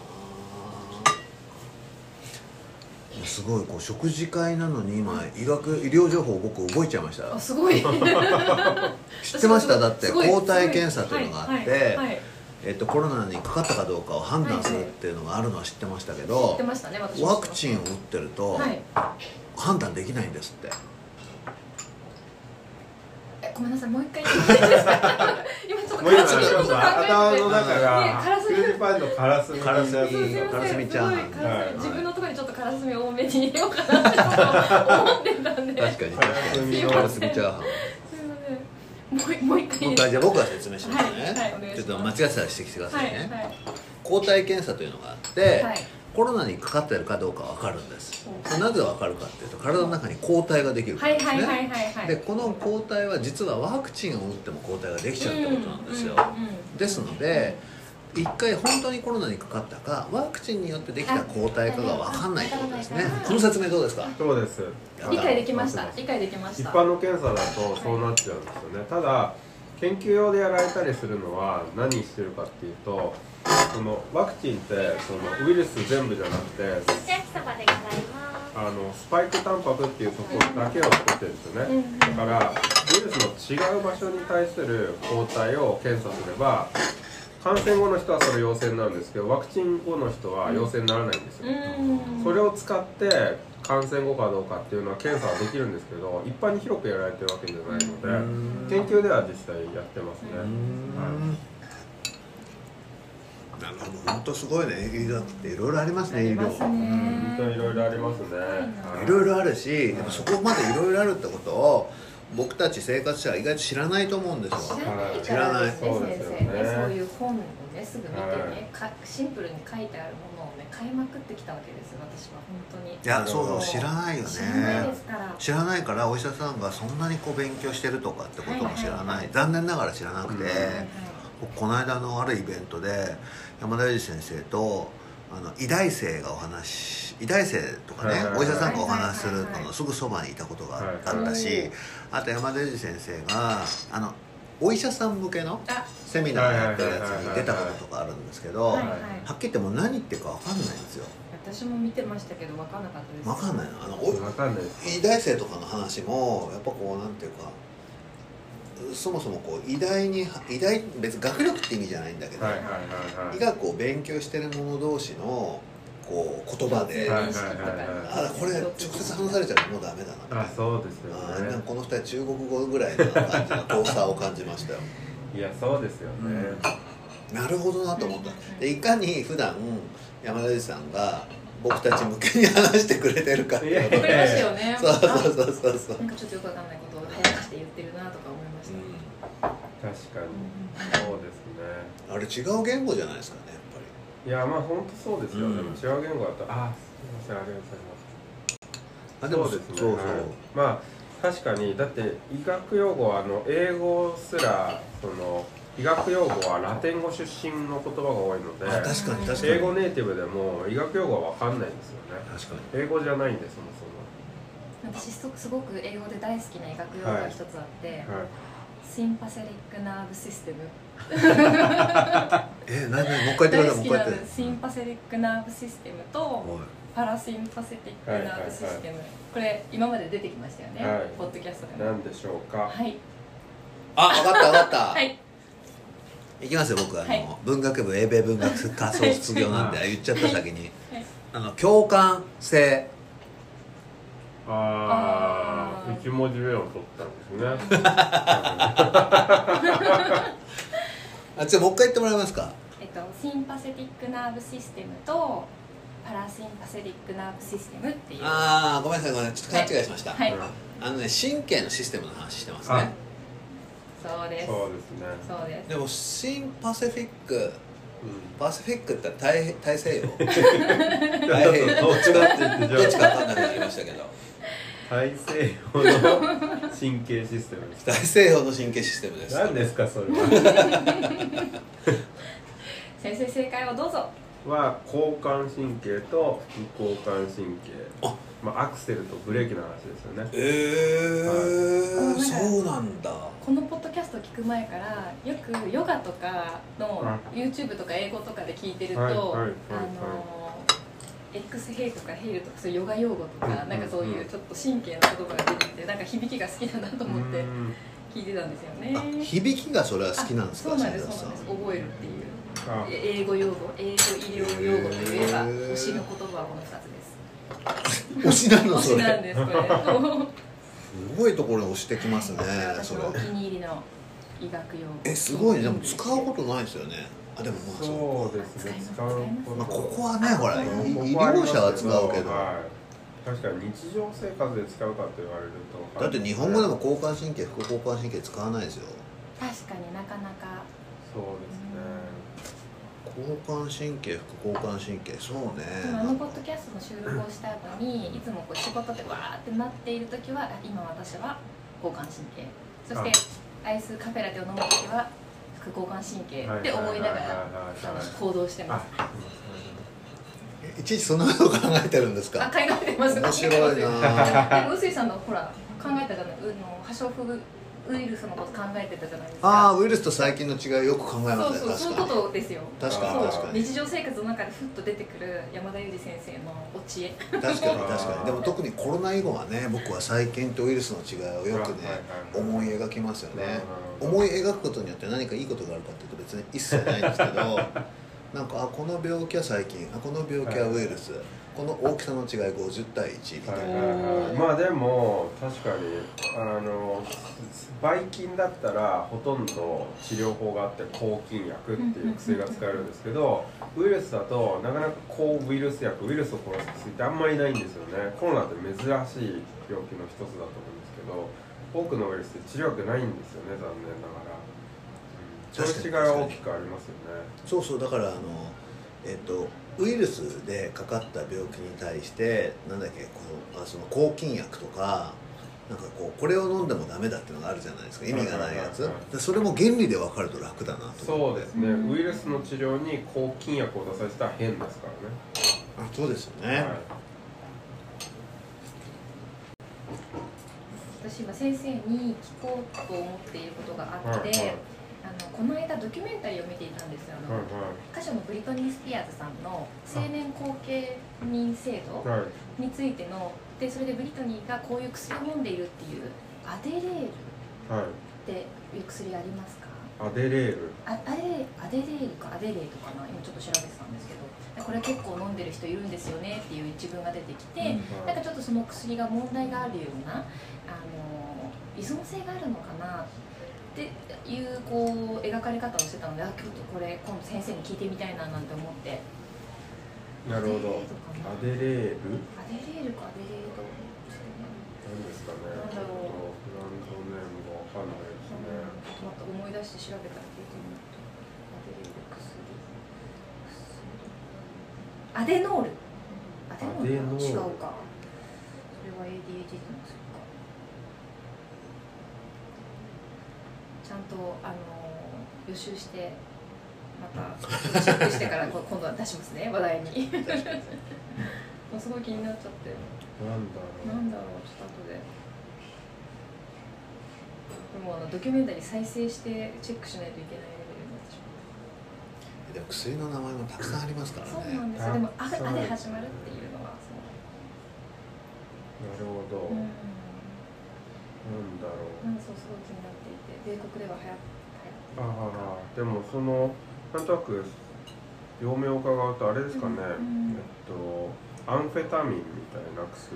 Speaker 2: すごいこう食事会なのに今医療情報を僕覚えちゃいました。
Speaker 3: すごい知
Speaker 2: ってました？だって抗体検査というのがあってコロナにかかったかどうかを判断するっていうのがあるのは知ってましたけど、ワクチンを打ってると判断できないんですって。
Speaker 3: ごめんなさい、もう一回言っていいですか？今ちょっと考えて
Speaker 1: 頭の中がフルパンのカラスミ
Speaker 2: カラスミ
Speaker 3: すいません、
Speaker 2: チャーハン、
Speaker 3: 自分のところにちょっとカラスミ多めに入れようかなってちょっと思ってたんで。
Speaker 2: 確かにカラスミチャーハン。
Speaker 3: もう一回
Speaker 2: じゃあ僕が説明しますね、
Speaker 3: はい、
Speaker 2: ちょっと間違ってたら指摘してくださいね、
Speaker 3: はいはい、
Speaker 2: 抗体検査というのがあって、
Speaker 3: はい、
Speaker 2: コロナにかかっているかどうか分かるんです。なぜ分かるかっていうと、体の中に抗体ができるからですね。でこの抗体は実はワクチンを打っても抗体ができちゃうってことなんですよ。ですので一回本当にコロナにかかったかワクチンによってできた抗体かが分かんないってことですね。この説明どうですか？
Speaker 1: そうです。
Speaker 3: 理解できました。理解できました。
Speaker 1: 一般の検査だとそうなっちゃうんですよね。ただ研究用でやられたりするのは何してるかっていうと、そのワクチンってそのウイルス全部じゃなくてスパイクタンパクっていうところだけを作ってるんですよね。だからウイルスの違う場所に対する抗体を検査すれば感染後の人はそれ陽性になるんですけど、ワクチン後の人は陽性にならないんですよ。それを使って感染後かどうかっていうのは検査はできるんですけど、一般に広くやられてるわけじゃないので研究では実際やってますね。
Speaker 2: なるほど、本当すごいね。医学っていろいろありますね。医療
Speaker 1: 本当にいろいろありますね。
Speaker 2: いろいろあるし、でもそこまでいろいろあるってことを僕たち生活者は意外と知らないと思うんですよ。
Speaker 3: 知らないですね、先生ね。そういう本をねすぐ見てね、シンプルに書いてあるものをね買いまくってきたわけですよ、私は本当に。
Speaker 2: いや、そう知らないよね。
Speaker 3: 知らないですから。
Speaker 2: 知らないからお医者さんがそんなにこう勉強してるとかってことも知らない。残念ながら知らなくて、この間のあるイベントで山田裕二先生と医大生が医大生とかね、お医者さんがお話しするのすぐそばにいたことがあったし、あと山田裕二先生がお医者さん向けのセミナーやってるやつに出たこととかあるんですけど、はっきり言ってもう何言ってるか分かんないんですよ。
Speaker 3: 私も見てましたけど分かんなかったです。
Speaker 2: 分かんないの。医大生とかの話もやっぱこうなんていうか、そもそもこう医大別に学力って意味じゃないんだけど、医学を勉強してる者同士のこう言葉で、これ直接話されちゃうともうダメだな。
Speaker 1: そうですよね。
Speaker 2: この2人中国語ぐらいの感じの遠さを感じましたよ。
Speaker 1: いや、そうですよね。
Speaker 2: なるほどなと思った。でいかに普段山田裕二さんが僕たち向けに話してくれてるかっていう
Speaker 3: ことですよね。
Speaker 2: そう。なんかちょっとよく分かんないことを早くして言ってるなとか思いました。
Speaker 1: 確かにそうですね。
Speaker 2: あれ違う言語じゃないですかね、やっぱり。
Speaker 1: いや、まあ本当そうですよ。でも違う言語だと、すみません、ありがとうございます。そうですね。そうまあ確かに、だって医学用語は英語すら医学用語はラテン語出身の言葉が多いので、
Speaker 2: 確かに
Speaker 1: 英語ネイティブでも医学用語は分かんないんですよね。
Speaker 2: 確かに
Speaker 1: 英語じゃないんで、そもそも。
Speaker 3: 私すごく英語で大好きな医学用語が一つあって、シンパセリックナーブシステム。
Speaker 2: 何もう一回言ってください。もう一回言って。
Speaker 3: シンパセリックナーブシステムとパラシンパセティックナーブシステム、これ今まで出てきましたよね、ポッドキャストでも。
Speaker 1: 何でしょうか。
Speaker 3: はい。
Speaker 2: 分かった。はい。いきますよ、僕文学部英米文学科卒業なんで言っちゃった先に。共感性。
Speaker 1: 1文字目を取ったんですね。
Speaker 2: じゃあもう一回言ってもらえますか。
Speaker 3: シンパセティックナーブシステムとパラシンパセティックナーブシステムっていう。
Speaker 2: ごめんなさい、ちょっと勘違いしました。神経のシステムの話してますね。
Speaker 3: そうです。そうです。
Speaker 2: でもシンパセフィック、パシフィックって大西洋。どっちか分かんなくなりましたけど。
Speaker 1: 大西洋の神経システムです。
Speaker 2: 大西洋の神経システムです。
Speaker 1: 何ですかそれは。
Speaker 3: 先生、正解をどうぞ。
Speaker 1: 交感神経と副交感神経。アクセルとブレーキの話ですよね。
Speaker 2: そうなんだ。
Speaker 3: このポッドキャスト聞く前からよくヨガとかの YouTube とか英語とかで聞いてると、X ヘイとかヘイルとかそういうヨガ用語とか、なんかそういうちょっと神経の言葉が出てきて、なんか響きが好きだなと思って聞いてたんですよね。
Speaker 2: 響きがそれは好きなんですか？
Speaker 3: そうなんです。覚えるっていう。英語用語、英語医療用語といえば推しの言葉はこの2つです。
Speaker 2: 推しなのそれ。
Speaker 3: 推しなんですこれ。
Speaker 2: ごいところに押してきますね、
Speaker 3: 私のお気に入りの医学用
Speaker 2: 語。すごいね。でも使うことないですよね。あ、でもまあ
Speaker 1: そうですね、使うこと、
Speaker 2: まあ、ここはね、ほら医療者は使うけど、
Speaker 1: 確かに日常生活で使うかって言われると、
Speaker 2: だって日本語でも交感神経、副交感神経使わないですよ。
Speaker 3: 確かになかなか。
Speaker 1: そうですね。
Speaker 2: 交感神経、副交感神経、そうね。
Speaker 3: ポッドキャストの収録をした後にいつもこう仕事でわーってなっている時は、今私は交感神経、そしてアイスカフェラテを飲む時は副交感神経って思いながら行動してます。
Speaker 2: いちいちそんなこと考えてるんですか？
Speaker 3: 考えてます。
Speaker 2: 面白い
Speaker 3: な。でも臼井さんのほら考えたじゃない、破傷風ウイルスのこと考えてたじゃないですか。
Speaker 2: ああ、ウイルスと細菌の違いをよく考えますね。
Speaker 3: そういうことですよ。
Speaker 2: 確かに確かに。
Speaker 3: 日常生活の中でふっと出てくる山田裕二先生のお知恵。
Speaker 2: 確かに確かに。でも特にコロナ以後はね、僕は細菌とウイルスの違いをよくね思い描きますよね。思い描くことによって何かいいことがあるかっていうと別に一切ないんですけど、なんかこの病気は細菌、この病気はウイルス、この大きさの違い50対1みたいな。
Speaker 1: まあでも確かにばい菌だったらほとんど治療法があって抗菌薬っていう薬が使えるんですけど、ウイルスだとなかなか抗ウイルス薬、ウイルスを殺す薬ってあんまりないんですよね。コロナって珍しい病気の一つだと思うんですけど、多くのウイルスって治療薬ないんですよね、残念ながら。そういう違いは大きくありますよね。
Speaker 2: そうそう、だからウイルスでかかった病気に対してなんだっけ、その抗菌薬とかなんかこれを飲んでもダメだっていうのがあるじゃないですか、意味がないやつ。それも原理で分かると楽だなと。
Speaker 1: そうですね、ウイルスの治療に抗菌薬を出させたら変ですからね。
Speaker 2: そうですよね。
Speaker 3: 私今先生に聞こうと思っていることがあって、この間ドキュメンタリーを見ていたんですよ。歌手のブリトニー・スピアーズさんの成年後見人制度についてので、それでブリトニーがこういう薬を飲んでいるっていうアデレールっていう薬ありますか？
Speaker 1: アデレール、
Speaker 3: アデレールかアデレートかな、今ちょっと調べてたんですけど、これ結構飲んでる人いるんですよねっていう一文が出てきて、なんかちょっとその薬が問題があるような依存性があるのかなっていう描かれ方をしてたので、ちょっとこれ今度先生に聞いてみたいななんて思って。
Speaker 1: なるほど。アデレール？
Speaker 3: アデレールかアデレート。
Speaker 1: 何ですかね。
Speaker 3: なんだろう。
Speaker 1: ブランドネームがわかんないですね。
Speaker 3: ちょっと待って、思い出して調べたら聞いてみると。アデレール薬。アデノール。アデノールは違うか。それは ADHD の薬か。ちゃんと予習してまたチェックしてから今度は出しますね、話題に。もうすごい気になっちゃって。なんだろう、ちょっと後で。でもドキュメンタリー再生してチェックしないといけないレベルになってしまう。
Speaker 2: でも薬の名前もたくさんありますからね。
Speaker 3: そうなんですよ。でもあで始まるっていうのはそう。
Speaker 1: なるほど。なんだろう。
Speaker 3: そうすごい気になっていて、米国では流行って。
Speaker 1: でもなんとなく病名を伺うとあれですかね、アンフェタミンみたいな薬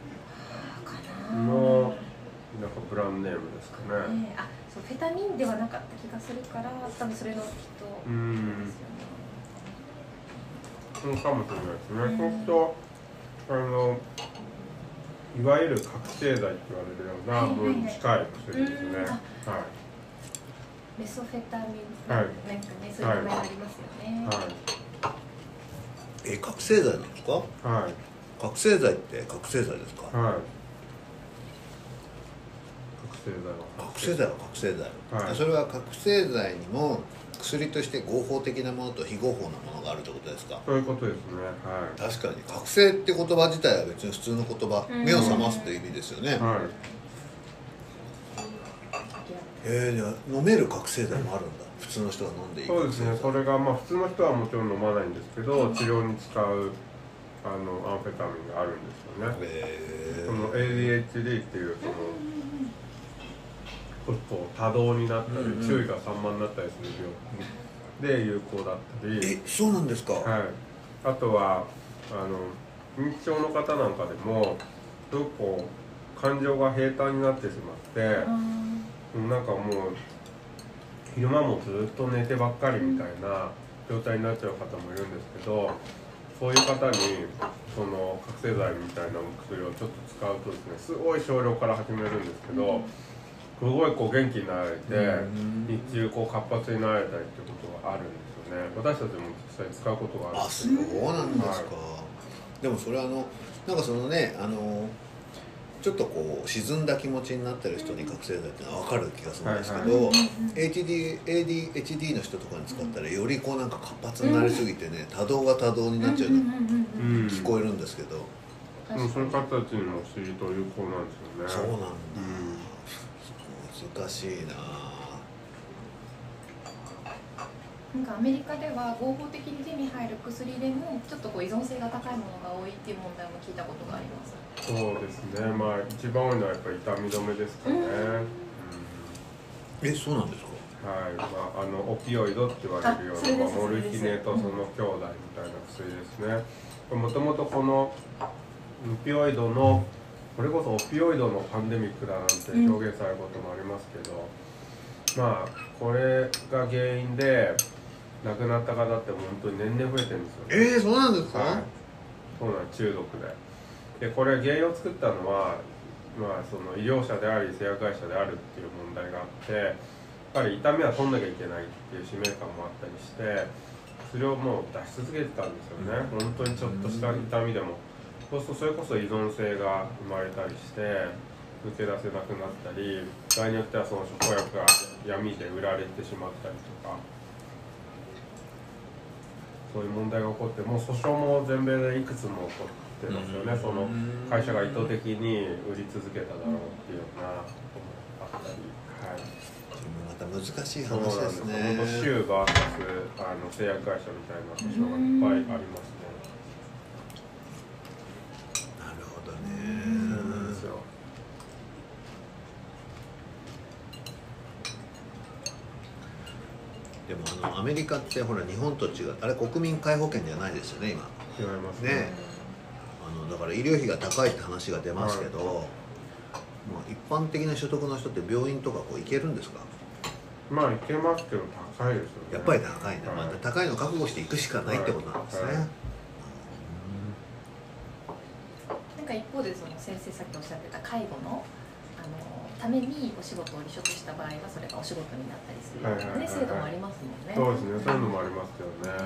Speaker 1: のなんかブランドネームですかね。
Speaker 3: そうフェタミンではなかった気がするから、多分それのきっと
Speaker 1: ですよね。かもしれないですね。そうするといわゆる覚醒剤って言われるようなものに近い薬ですね。
Speaker 3: メソフェタミン、なんかね、そういう名前ありますよね。
Speaker 2: 覚醒剤なんですか？覚醒剤って覚醒剤ですか？覚醒剤は覚醒剤。それは覚醒剤にも薬として合法的なものと非合法なものがあるってことですか？
Speaker 1: そういうことですね。
Speaker 2: 確かに覚醒って言葉自体は別に普通の言葉、目を覚ますという意味ですよね。飲める覚醒剤もあるんだ。普通の人が飲んでいい。
Speaker 1: そうですね。それが普通の人はもちろん飲まないんですけど、治療に使うアンフェタミンがあるんですよね。その ADHD っていう多動になったり、注意が散漫になったりする病気で有効だったり。
Speaker 2: そうなんですか。
Speaker 1: あとは認知症の方なんかでもすごく感情が平坦になってしまって、なんかもう昼間もずっと寝てばっかりみたいな状態になっちゃう方もいるんですけど、そういう方にその覚醒剤みたいな薬をちょっと使うとですね、すごい少量から始めるんですけど、すごいこう元気になられて、日中こう活発になられたりっていうことがあるんですよね。私たちも実際使うことがあるんですけど。
Speaker 2: そうなんですか。でもそれはなんかそのねちょっとこう沈んだ気持ちになってる人に覚醒剤ってのは分かる気がするんですけど、ADHD の人とかに使ったらよりこうなんか活発になりすぎてね、多動が多動になっちゃうの聞こえるんですけど、
Speaker 1: そういう方たちにも不思議と有効なんですよね。
Speaker 2: そうなんだ、難しいな。
Speaker 3: なんかアメリカでは合法的に手に入る薬でもちょっとこう依存性が高いものが多いっていう問題も聞いたことがあります。
Speaker 1: そうですね。まあ一番多いのはやっぱり痛み止めですかね。
Speaker 2: そうなんですか。
Speaker 1: はい。まあオピオイドって言われるような、モルヒネとその兄弟みたいな薬ですね。もともとこのオピオイドのこれこそオピオイドのパンデミックだなんて表現されることもありますけど、まあこれが原因で亡くなった方って本当に年々増えてるんですよね。
Speaker 2: そうなんですか。
Speaker 1: はい、そうなん中毒で。これ原因を作ったのは、まあ、その医療者であり製薬会社であるっていう問題があって、やっぱり痛みは取んなきゃいけないっていう使命感もあったりして、それをもう出し続けてたんですよね。本当にちょっとした痛みでも。そうするとそれこそ依存性が生まれたりして抜け出せなくなったり、場合によってはその処方薬が闇で売られてしまったりとか、そういう問題が起こって、もう訴訟も全米でいくつも起こってますよね。その会社が意図的に売り続けただろうっていうようなこともあったり、はい。
Speaker 2: また難しい話ですね。
Speaker 1: 本当州バーサス製薬会社みたいな訴訟がいっぱいありますね。
Speaker 2: なるほどね。
Speaker 1: そうなんですよ。
Speaker 2: でもアメリカってほら日本と違う、あれ国民皆保険じゃないですよね今。
Speaker 1: 違います
Speaker 2: ね。だから医療費が高いって話が出ますけど、まあ一般的な所得の人って病院とかこう行けるんですか。
Speaker 1: まあ行けますけど高いですよね。
Speaker 2: やっぱり高いんだ。また高いの覚悟して行くしかないってことなんですね。
Speaker 3: なんか一方でその先生さっきおっしゃってた介護のためにお仕事を離職した場合はそれがお仕事になったりするような制度もありますもんね。
Speaker 1: そうですね。そういうのもありますよね。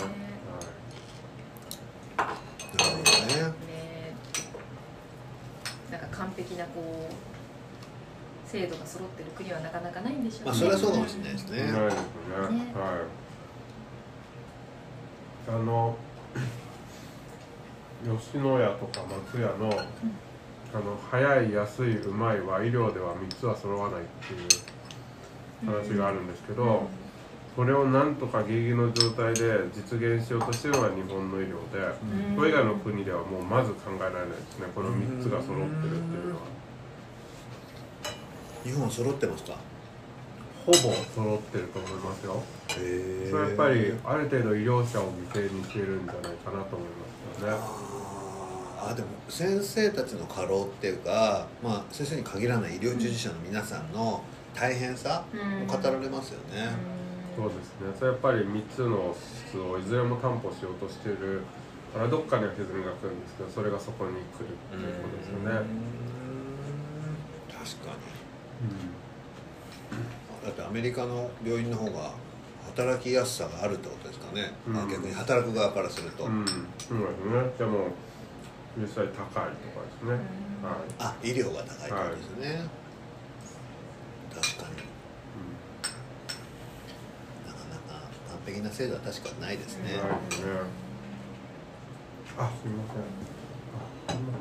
Speaker 2: なるほどね。
Speaker 3: なんか完璧なこう制度が揃ってる国はなかなかないんでしょうね。
Speaker 2: まあそれはそうかもしれないですね。
Speaker 1: ないですよね。はい。吉野家とか松屋の早い安いうまいは医療では3つは揃わないっていう話があるんですけど、それをなんとかギリギリの状態で実現しようとしているのが日本の医療で、それ以外の国ではもうまず考えられないですね。この3つが揃ってるっていうのは。
Speaker 2: 日本は揃ってますか。
Speaker 1: ほぼ揃ってると思いますよ。それはやっぱりある程度医療者を犠牲にしているんじゃないかなと思いますよね。
Speaker 2: でも先生たちの過労っていうか、まあ、先生に限らない医療従事者の皆さんの大変さも語られますよね。
Speaker 1: そうですね。それやっぱり3つの質をいずれも担保しようとしているから、どっかには歪みが来るんですけど、それがそこに来るっていうことですよね。
Speaker 2: 確かに、だってアメリカの病院の方が働きやすさがあるってことですかね。逆に働く側からすると。
Speaker 1: そうですね。でも実際高いとかですね。
Speaker 2: 医療が高いってことですね。確かに。なかなか完璧な制度は確かにないですね。
Speaker 1: ないですね。すみません。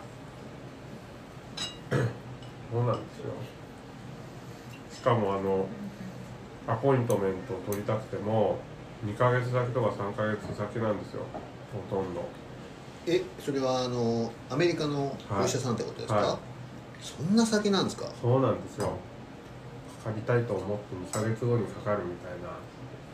Speaker 1: そうなんですよ。しかもアポイントメントを取りたくても2ヶ月先とか3ヶ月先なんですよ、ほとんど。
Speaker 2: それはアメリカのお医者さんってことですか。そんな先なんですか。
Speaker 1: そうなんですよ。かかりたいと思って2ヶ月後にかかるみたい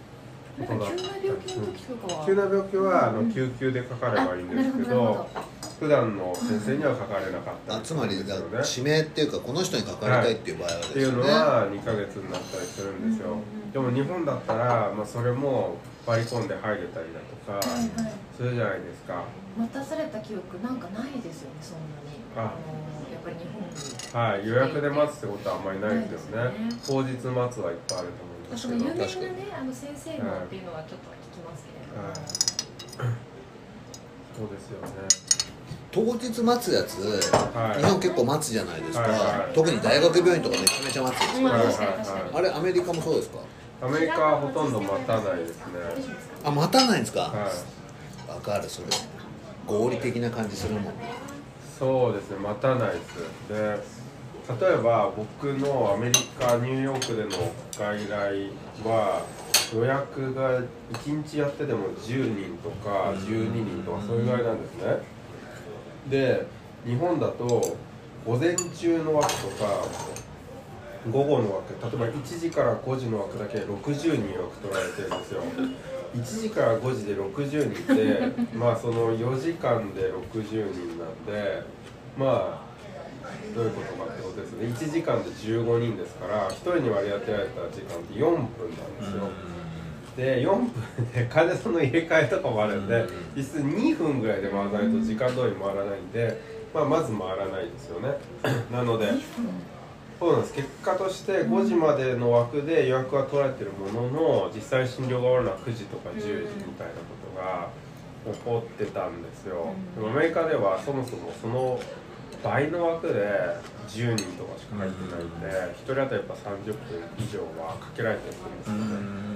Speaker 1: な。
Speaker 3: なんか急な病気の時とかは、
Speaker 1: 急な病気は救急でかかればいいんですけど、 普段の先生には書かれなかったり、
Speaker 2: つまり指名っていうかこの人に書かれたいっていう場合はですね、
Speaker 1: っていうのは2ヶ月になったりするんですよ。でも日本だったら、それも割り込んで入れたりだとかするじゃないですか。
Speaker 3: 待たされた記憶なんかないですよね、そんなに。やっぱり日本に、
Speaker 1: 予約で待つってことはあんまりないですよね。当日待つはいっぱいあると思うんですけど、
Speaker 3: 有名なね、先生のっていうのはちょっと聞きますけれども、
Speaker 1: そうですよね。
Speaker 2: 当日待つやつ、日本結構待つじゃないですか。特に大学病院とかめちゃめちゃ待つんですけど、あれアメリカもそうですか？
Speaker 1: アメリカはほとんど待たないですね。
Speaker 2: 待たないんですか？わかる、それ合理的な感じするもんね。
Speaker 1: そうですね、待たないです。で、例えば僕のアメリカニューヨークでの外来は予約が1日やってでも10人とか12人とかそういうぐらいなんですね。で、日本だと午前中の枠とか午後の枠、例えば1時から5時の枠だけ60人枠取られてるんですよ。1時から5時で60人ってその4時間で60人なんで、どういうことかってことですね。1時間で15人ですから、1人に割り当てられた時間って4分なんですよ。で、4分で患者さんの入れ替えとかもあるんで、実質2分ぐらいで回らないと時間通り回らないんで、まず回らないですよね。なのでそうなんです。結果として5時までの枠で予約は取られてるものの、実際診療が終わるのは9時とか10時みたいなことが起こってたんですよ。でもアメリカではそもそもその倍の枠で10人とかしか入ってないんで、1人当たりやっぱ30分以上はかけられてるんですよね。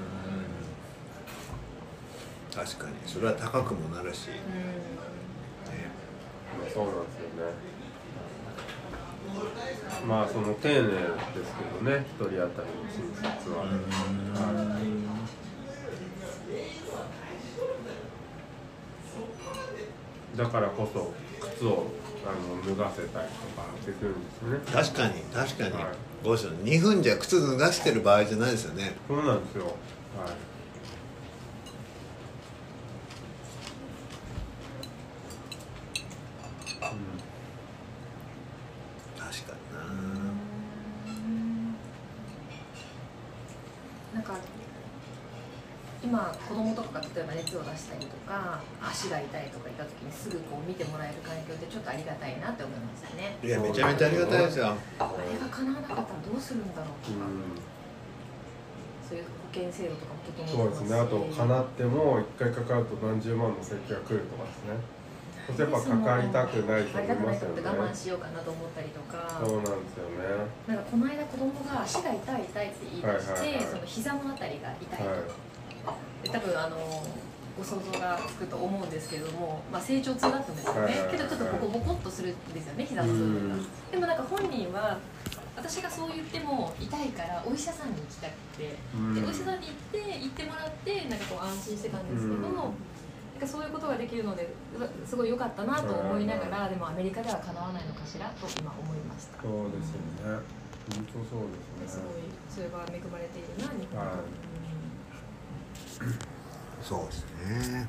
Speaker 2: 確かにそれは高くもなるし、
Speaker 1: そうなんですよね。その丁寧ですけどね、1人当たりの診察は。だからこそ靴を脱がせたりとかできるんですよね。
Speaker 2: 確かに、どうしよう、2分じゃ靴脱がしてる場合じゃないですよね。
Speaker 1: そうなんですよ。
Speaker 2: 確かに
Speaker 3: なんか今子供とかが例えば熱を出したりとか足が痛いとか言った時にすぐ見てもらえる環境ってちょっとありがたいなって思いましたね。
Speaker 2: いや、めちゃめちゃありがたいですよ。
Speaker 3: あれが叶わなかったらどうするんだろうとか、そういう保険制度とかも整ってますし。
Speaker 1: そうですね。あと叶っても1回かかると何十万の請求が来るとかですね。やっぱかかりたくないと思いますよね。
Speaker 3: 我慢しようかなと思ったりとか。
Speaker 1: そうなんですよね。
Speaker 3: なんかこの間子供が足が痛い痛いって言い出して、その膝のあたりが痛いとか、多分ご想像がつくと思うんですけれども、成長痛だったんですよね。けどちょっとボコボコっとするんですよね、膝の部分が。でもなんか本人は私がそう言っても痛いからお医者さんに行きたくて、でお医者さんに行ってもらってなんか安心してたんですけど。そういうことができるのですごい良かったなと思いながら、でもアメリカでは叶わないのかしらと今思いました。
Speaker 1: そうですよね。本当そうですね。
Speaker 3: すごいそれが恵まれているな日本は。
Speaker 2: そうですね。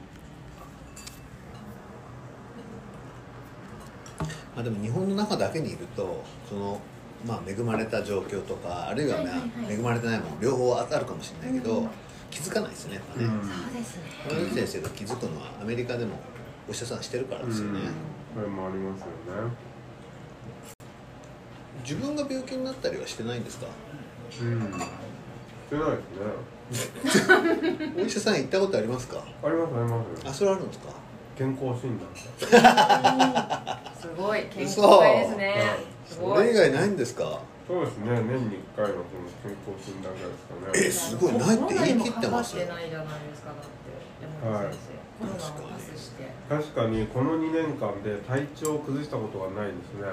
Speaker 2: でも日本の中だけにいるとその恵まれた状況とか、あるいは恵まれてないもの両方あるかもしれないけど。気づかないですね、やっぱね。
Speaker 3: そうですね。
Speaker 2: 川口先生が気づくのはアメリカでもお医者さんしてるからですよね。
Speaker 1: それもありますよね。
Speaker 2: 自分が病気になったりはしてないんですか？
Speaker 1: してないです
Speaker 2: ね。お医者さん行ったことありますか？
Speaker 1: ありますあります。
Speaker 2: それあるんですか？
Speaker 1: 健康診断。
Speaker 3: すごい健康会ですね。
Speaker 2: それ以外ないんですか？
Speaker 1: そうですね、年に1回の健康診断ぐらいですかね。
Speaker 2: すごい、ないって言い切ってますよ。
Speaker 3: ないじゃないですか、だって山本先生、コロナをパスして。
Speaker 1: 確かにこの2年間で体調を崩したことはない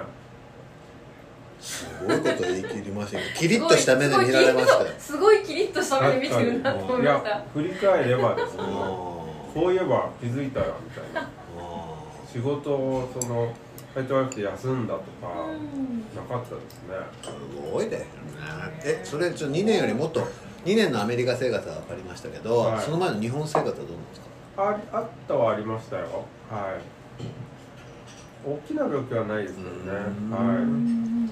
Speaker 1: ですね。
Speaker 2: すごいこと言い切りましたよ。キリッとした目で見られましたよ。
Speaker 3: すごいキリッとした目で見てるなと思いました。
Speaker 1: いや、振り返ればですね、そういえば気づいたらみたいな。仕事を体調悪くて休んだとかなかったですね。
Speaker 2: すごいですね。それ2年よりもっと2年のアメリカ生活は分かりましたけど、その前の日本生活はどうなんですか？
Speaker 1: あったはありましたよ。はい。 大きな病気はないですよね。はい。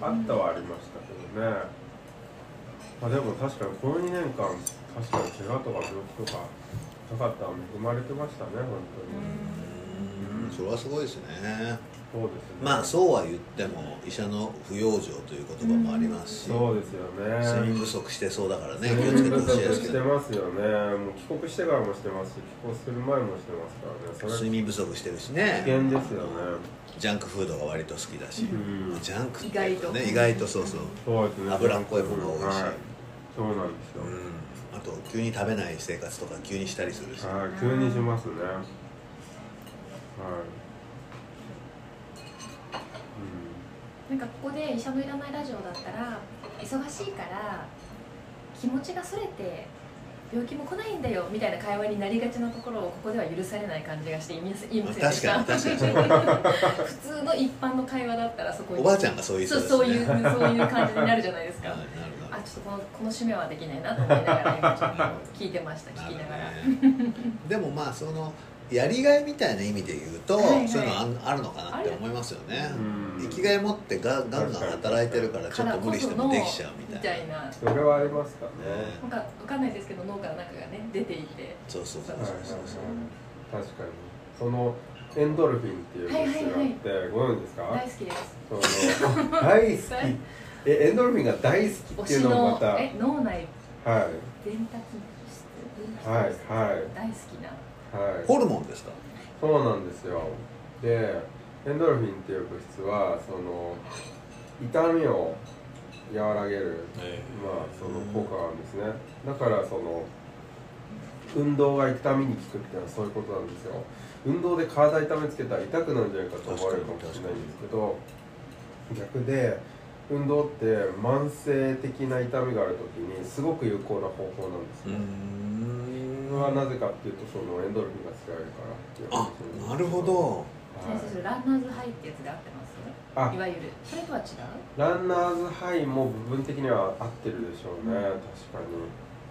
Speaker 1: あったはありましたけどね。まあでも確かにこの2年間確かに怪我とか病気とかなかったら恵まれてましたね本当に。
Speaker 2: それはすごいですね。
Speaker 1: そうですね。
Speaker 2: まあそうは言っても医者の不養生という言葉もありますし、
Speaker 1: そうですよね。
Speaker 2: 睡眠不足してそうだからね、気をつけてほしいですけど。
Speaker 1: してますよね。もう帰国してからもしてますし、帰国する前もしてますからね。
Speaker 2: 睡眠不足してるしね。
Speaker 1: 危険ですよね。
Speaker 2: ジャンクフードが割と好きだし、ジャンクってね、
Speaker 3: 意外と
Speaker 2: そうそう。
Speaker 1: そうですね。
Speaker 2: 脂っこいものが多いし、
Speaker 1: そうなんですよ。
Speaker 2: あと急に食べない生活とか急にしたりするし。
Speaker 1: はい、急にしますね。はい。
Speaker 3: なんかここで医者のいらないラジオだったら忙しいから気持ちがそれて病気も来ないんだよみたいな会話になりがちなところをここでは許されない感じがして言いませんでした。
Speaker 2: 確かに
Speaker 3: 普通の一般の会話だったらそこに
Speaker 2: おばあちゃんがそういう人ですね。
Speaker 3: そういう感じになるじゃないですか。
Speaker 2: なるほど。
Speaker 3: あ、ちょっとこの締めはできないなと思いながら今ちょっと聞いてました。聞きながら。
Speaker 2: でもまあそのやりがいみたいな意味で言うと、そういうのあるのかなって思いますよね。生きがい持ってガンガン働いてるからちょっと無理してもできちゃうみたいな。
Speaker 1: それはありますかね。
Speaker 3: なんかわかんないですけど脳から中がね出ていて。
Speaker 2: そう
Speaker 1: 確かにそのエンドルフィンっていう物質があってご存知ですか？
Speaker 3: 大好きです。
Speaker 1: 大好き。エンドルフィンが大好きっていうのもまた
Speaker 3: 脳内伝達
Speaker 1: 物質。はい。
Speaker 3: 大好きな。
Speaker 2: ホルモンですか？
Speaker 1: そうなんですよ。でエンドルフィンっていう物質はその痛みを和らげる、まあその効果があるんですね。だからその運動が痛みに効くっていうのはそういうことなんですよ。運動で体痛めつけたら痛くなるんじゃないかと思われるかもしれないんですけど、逆で運動って慢性的な痛みがあるときにすごく有効な方法なんですよ。それはなぜかっていうとそのエンドルフィンが作られるからっていう。
Speaker 2: なるほど。
Speaker 3: 先生、それランナーズハイってやつで合ってます？いわゆるそれとは違う？
Speaker 1: ランナーズハイも部分的には合ってるでしょうね。確かに。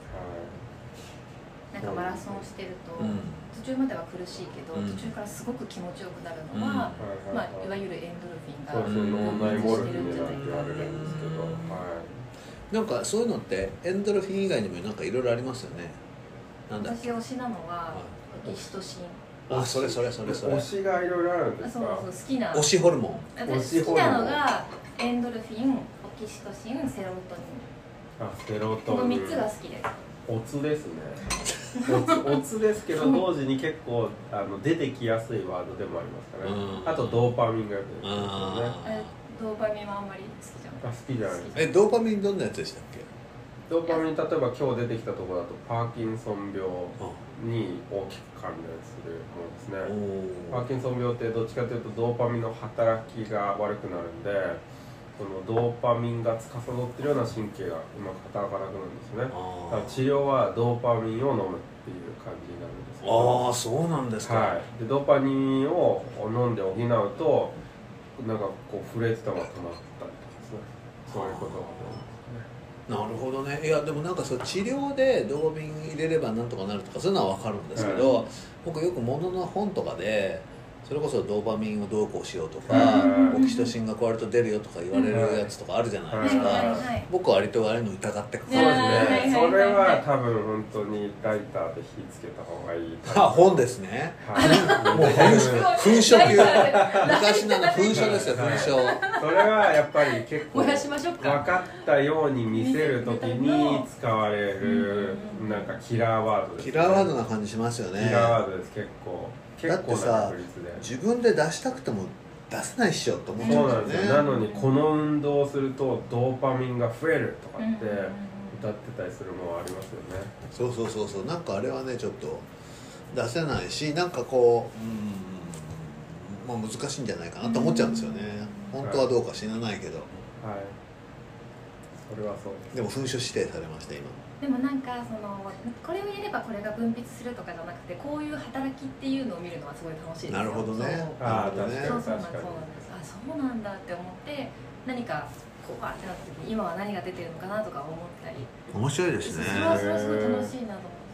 Speaker 3: なんかマラソンしてると、途中までは苦しいけど、途中からすごく気持ちよくなるのは、まあいわゆるエンドルフィンが
Speaker 1: 脳内モルフィンなんて言われるんですけど、
Speaker 2: なんかそういうのってエンドルフィン以外にもなんかいろいろありますよね。なんだっけ？
Speaker 3: 私推しなのはオキシトシン。
Speaker 2: それ
Speaker 1: 推しがいろいろあるんですか？
Speaker 3: そう好きな
Speaker 2: 推しホルモン。
Speaker 3: 私好きなのがエンドルフィン、オキシトシン、セロトニン。
Speaker 1: セロトニン。
Speaker 3: この3つが好きです。
Speaker 1: オツですね。オツですけど同時に結構出てきやすいワードでもありますからね。あとドーパミンがよく出てきますよね。
Speaker 3: ドーパミンはあんまり好きじゃない。
Speaker 1: 好きじゃない。
Speaker 2: ドーパミンどんなやつでしたっけ？
Speaker 1: ドーパミン例えば今日出てきたところだとパーキンソン病に大きく関連するものですね。パーキンソン病ってどっちかというとドーパミンの働きが悪くなるんで、そのドーパミンが司っているような神経がうまく働かなくなるんですね。だから治療はドーパミンを飲むっていう感じになるんですけど。
Speaker 2: ああ、そうなんですか。
Speaker 1: はい。でドーパミンを飲んで補うとなんかこう震えてたのが止まったりとかですね。そういうことが起こる。
Speaker 2: なるほどね。いやでもなんかそう治療でドーパミン入れればなんとかなるとかそういうのは分かるんですけど、僕よくものの本とかでそれこそドーパミンをどうこうしようとか、オキシトシンがこうやると出るよとか言われるやつとかあるじゃないですか。僕は割とあれの疑ってかかる。
Speaker 1: そうですね。それは多分本当にライターで火つけた方がいい。
Speaker 2: 本ですね。もう噴書級。昔の噴書ですよ、噴書。
Speaker 1: それはやっぱり結構
Speaker 3: 燃やしましょうか。
Speaker 1: 分かったように見せるときに使われるなんかキラーワードですね。
Speaker 2: キラーワードな感じしますよね。
Speaker 1: キラーワードです結構。
Speaker 2: だってさ、自分で出したくても出せないっしょと思っちゃうんですよね。
Speaker 1: なのにこの運動をするとドーパミンが増えるとかって歌ってたりするものありますよね。
Speaker 2: そうなんかあれはねちょっと出せないし、なんかこうまあ難しいんじゃないかなと思っちゃうんですよね。本当はどうか知らないけど。
Speaker 1: はい。それはそうです。
Speaker 2: でも噴書指定されました今。
Speaker 3: でもなんかそのこれをやればこれが分泌するとかじゃなくて、こういう働きっていうのを見るのはすごい楽しいですよ。
Speaker 2: なるほどね。
Speaker 1: ああ、確かに
Speaker 3: そうなんです。あ、そうなんだって思って何かこうってなった時に今は何が出てるのかなとか思ったり。
Speaker 2: 面白いですね。
Speaker 3: それはすごい楽しいなと思って。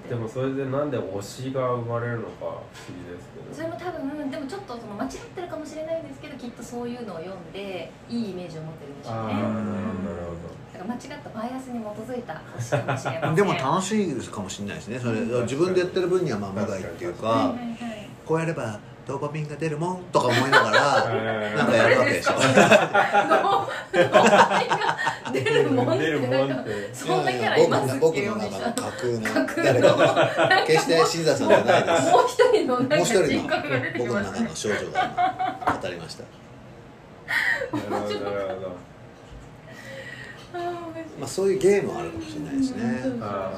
Speaker 1: でもそれでなんで推しが生まれるのか不思議ですけど、
Speaker 3: それも多分でもちょっとその間違ってるかもしれないんですけど、きっとそういうのを読んでいいイメージを持ってるんでしょうね。
Speaker 1: なるほど。
Speaker 3: だから間違ったバイアスに基づいた推しかもしれません。
Speaker 2: でも楽しいかもしれないですね。それ自分でやってる分にはまあ無害っていうか、こうやればドーパミンが出るもんとか思いながらなんかやるわけでしょ。
Speaker 3: ドーパミンが出るもんってなんかそんなキャラいますっけ？
Speaker 2: 僕の中の架空の誰か決して新座さんじゃないです。
Speaker 3: もう一人のなんか
Speaker 2: 人
Speaker 3: 人格が出てき
Speaker 2: 僕の
Speaker 3: ましたね。
Speaker 2: 中の少女が語りました。
Speaker 1: なるほど。
Speaker 2: まあそういうゲームはあるかもしれないですね。
Speaker 1: 確か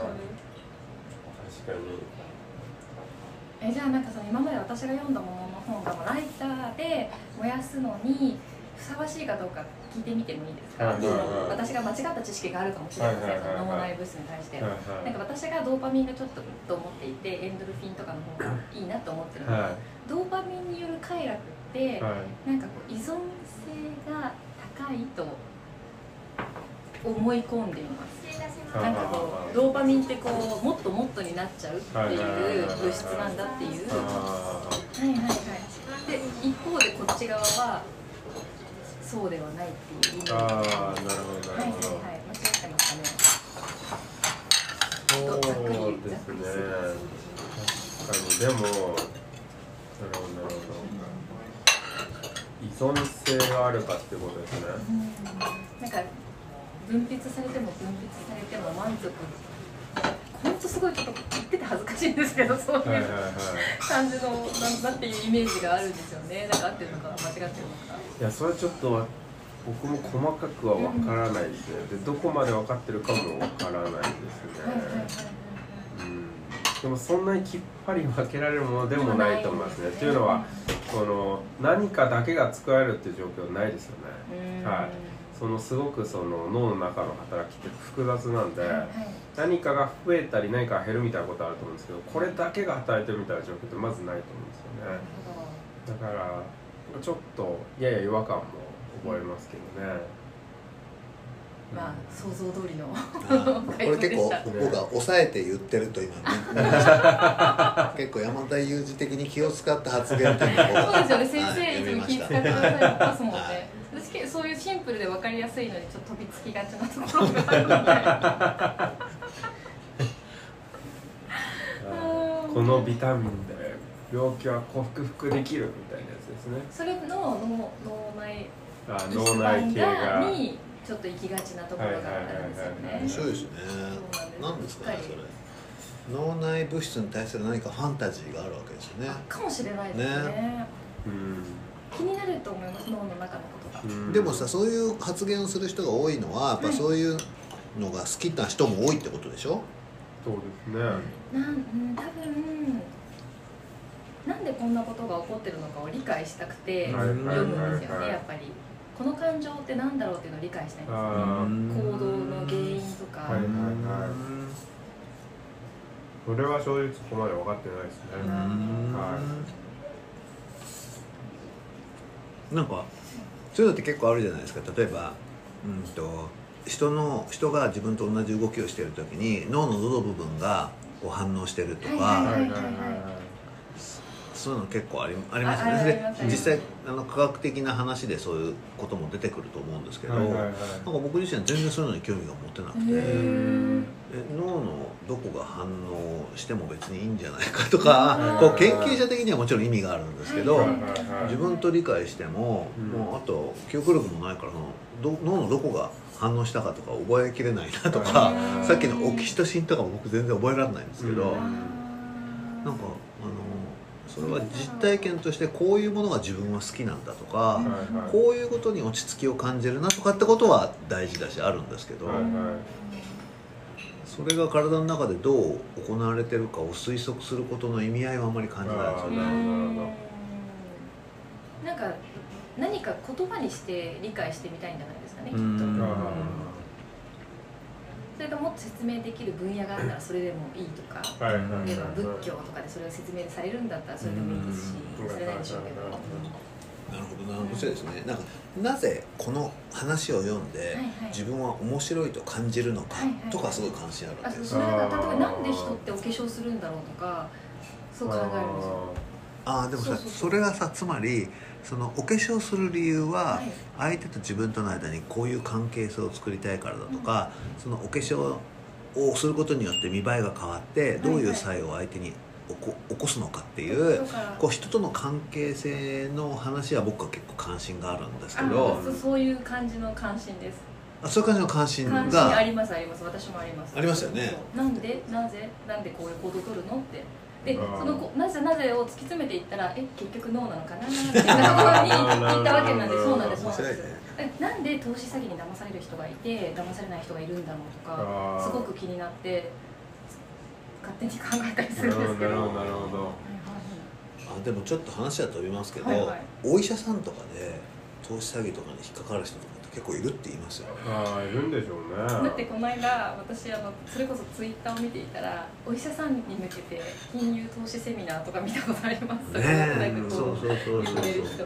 Speaker 1: に。
Speaker 3: じゃあなんかその今まで私が読んだものの本がライターで燃やすのにふさわしいかどうか聞いてみてもいいですか？私が間違った知識があるかもしれません、その脳内物質に対して。なんか私がドーパミンがちょっと思っていて、エンドルフィンとかの方がいいなと思ってるのは、ドーパミンによる快楽ってなんかこう依存性が高いと思い込んでいます。なんかこうドーパミンってこうもっともっとになっちゃうっていう物質なんだっていう。はいはいはい。で一方でこっち側はそうではないっていう意味。
Speaker 1: なるほどなるほど。
Speaker 3: はいはいはい、間違ってますかね。
Speaker 1: そうですね。確かに。でもなるほどなるほど。依存性があるかってことですね。
Speaker 3: なんか分泌されても満足。本当すごいちょっと言ってて恥ずかしいんですけど、そういう感じのなんていうイメージがあるんですよね。なんか合ってるのか間違ってるのか。
Speaker 1: いやそれはちょっと僕も細かくは分からないですね。でどこまで分かってるかも分からないですね。でもそんなにきっぱり分けられるものでもないと思いますね。というのはその何かだけが作られるっていう状況はないですよね。はい。そのすごくその脳の中の働きって複雑なんで、何かが増えたり何かが減るみたいなことあると思うんですけど、これだけが働いてるみたいな状況ってまずないと思うんですよね。だからちょっとやや違和感も覚えますけどね。
Speaker 3: まあ想像通りの
Speaker 2: これ結構僕は抑えて言ってると今見ました結構山田裕二的に気を使った発言っていうのを
Speaker 3: そうですよね、先生いつも気使ってくださいますもんね。私そういうシンプルで分かりやすいのにちょっと飛びつきがちなところがあるのでこの
Speaker 1: ビタミンで病気は克服できるみたいなやつですね。
Speaker 3: それの脳
Speaker 1: 内系が
Speaker 3: にちょっと行きがちなところがあるんですよね。
Speaker 2: 面白いですね。何ですかねそれ。脳内物質に対する何かファンタジーがあるわけですよね。
Speaker 3: かもしれないですね。気になると思います、脳の中のことが。
Speaker 2: でもさ、そういう発言をする人が多いのはやっぱそういうのが好きな人も多いってことでしょ。
Speaker 1: そうですね。
Speaker 3: 多分なんでこんなことが起こってるのかを理解したくて読むんですよね。やっぱりこの感情ってなんだろうっていうのを理解したいんですよね。行動の原因とか。
Speaker 1: それは正直そこまで分かってないですね。
Speaker 2: なんかそういうのって結構あるじゃないですか。例えば人が自分と同じ動きをしている時に脳のどの部分がこう反応してるとか、そういうの結構ありますよね。で実際科学的な話でそういうことも出てくると思うんですけど、なんか僕自身は全然そういうのに興味が持ってなくて、脳のどこが反応しても別にいいんじゃないかとか、こう研究者的にはもちろん意味があるんですけど、自分と理解しても、もうあと記憶力もないから脳のどこが反応したかとか覚えきれないなとか、さっきのオキシトシンとかも僕全然覚えられないんですけど、なんかそれは実体験としてこういうものが自分は好きなんだとか、こういうことに落ち着きを感じるなとかってことは大事だしあるんですけど、それが体の中でどう行われてるかを推測することの意味合いはあまり感じないですよね。
Speaker 3: なんか何か言葉にして理解してみたいんじゃないですかね、きっと。それともっと説明できる分野があったらそれでもいいとか、例えば仏教とかでそれを説明されるんだったらそれでもいいですし、それないでしょうけど。
Speaker 2: なるほどな、面白いですね。なんかなぜこの話を読んで、自分は面白いと感じるのかとかすごい関心あるわけです。
Speaker 3: それが例えばなんで人ってお化粧するんだろうとかそう考えるんですよ。
Speaker 2: でもさ、それがさ、つまりそのお化粧する理由は相手と自分との間にこういう関係性を作りたいからだとか、そのお化粧をすることによって見栄えが変わってどういう作用を相手に起こすのかっていう、こう人との関係性の話は僕は結構関心があるんですけど。
Speaker 3: そういう感じの関心です。
Speaker 2: そういう感じの関心が
Speaker 3: ありますあります。私もあります。
Speaker 2: ありますよね。
Speaker 3: なんでこういう行動を取るのって。でそのなぜを突き詰めていったら結局ノーなのかなっていうところに行ったわけなんで。そうなんです。なんで投資詐欺に騙される人がいて騙されない人がいるんだろうとかすごく気になって勝手に考えたりするんですけど。なるほど。
Speaker 2: でもちょっと話は飛びますけど、お医者さんとかで投資詐欺とかに引っかかる人とか結構いるって言いますよ。
Speaker 1: いるんでしょうね。
Speaker 3: だってこの間私それこそツイッターを見ていたらお医者さんに向けて金融投資セミナーとか見たことありますね。
Speaker 2: そうそうそうそう。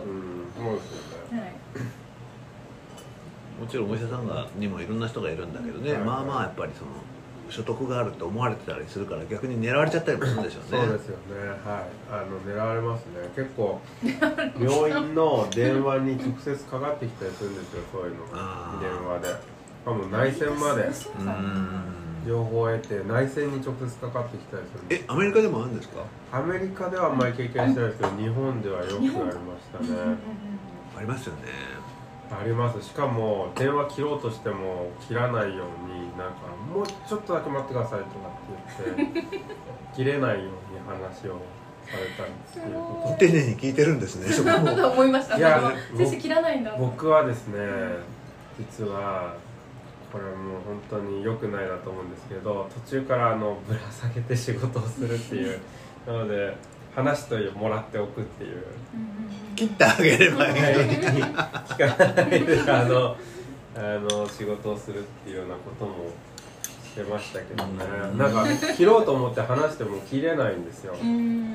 Speaker 2: もちろんお医者さんにもいろんな人がいるんだけどね、まあやっぱりその所得があるって思われてたりするから逆に狙われちゃったりもするんでしょうね。
Speaker 1: そうですよね。狙われますね。結構病院の電話に直接かかってきたりするんですよ。そういうのが電話で。しかも内線まで情報を得て内線に直接かかってきたりするんです。
Speaker 2: アメリカでもあるんですか？
Speaker 1: アメリカではあんまり経験してないですけど、日本ではよくありましたね。
Speaker 2: ありますよね。
Speaker 1: あります。しかも電話切ろうとしても切らないようにもうちょっとだけ待ってくださいとかって言って切れないように話をされたりっていうこと。
Speaker 2: 丁寧に聞いてるんですね。そこも
Speaker 3: 思いました。
Speaker 1: いや、
Speaker 3: 先生切らないんだ。
Speaker 1: 僕はですね、実はこれはもう本当に良くないなと思うんですけど、途中からぶら下げて仕事をするっていうなので話ともらっておくっていう、
Speaker 2: 切ってあげればいいのに
Speaker 1: 聞かないで仕事をするっていうようなこともしてましたけどね。切ろうと思って話しても切れないんですよ。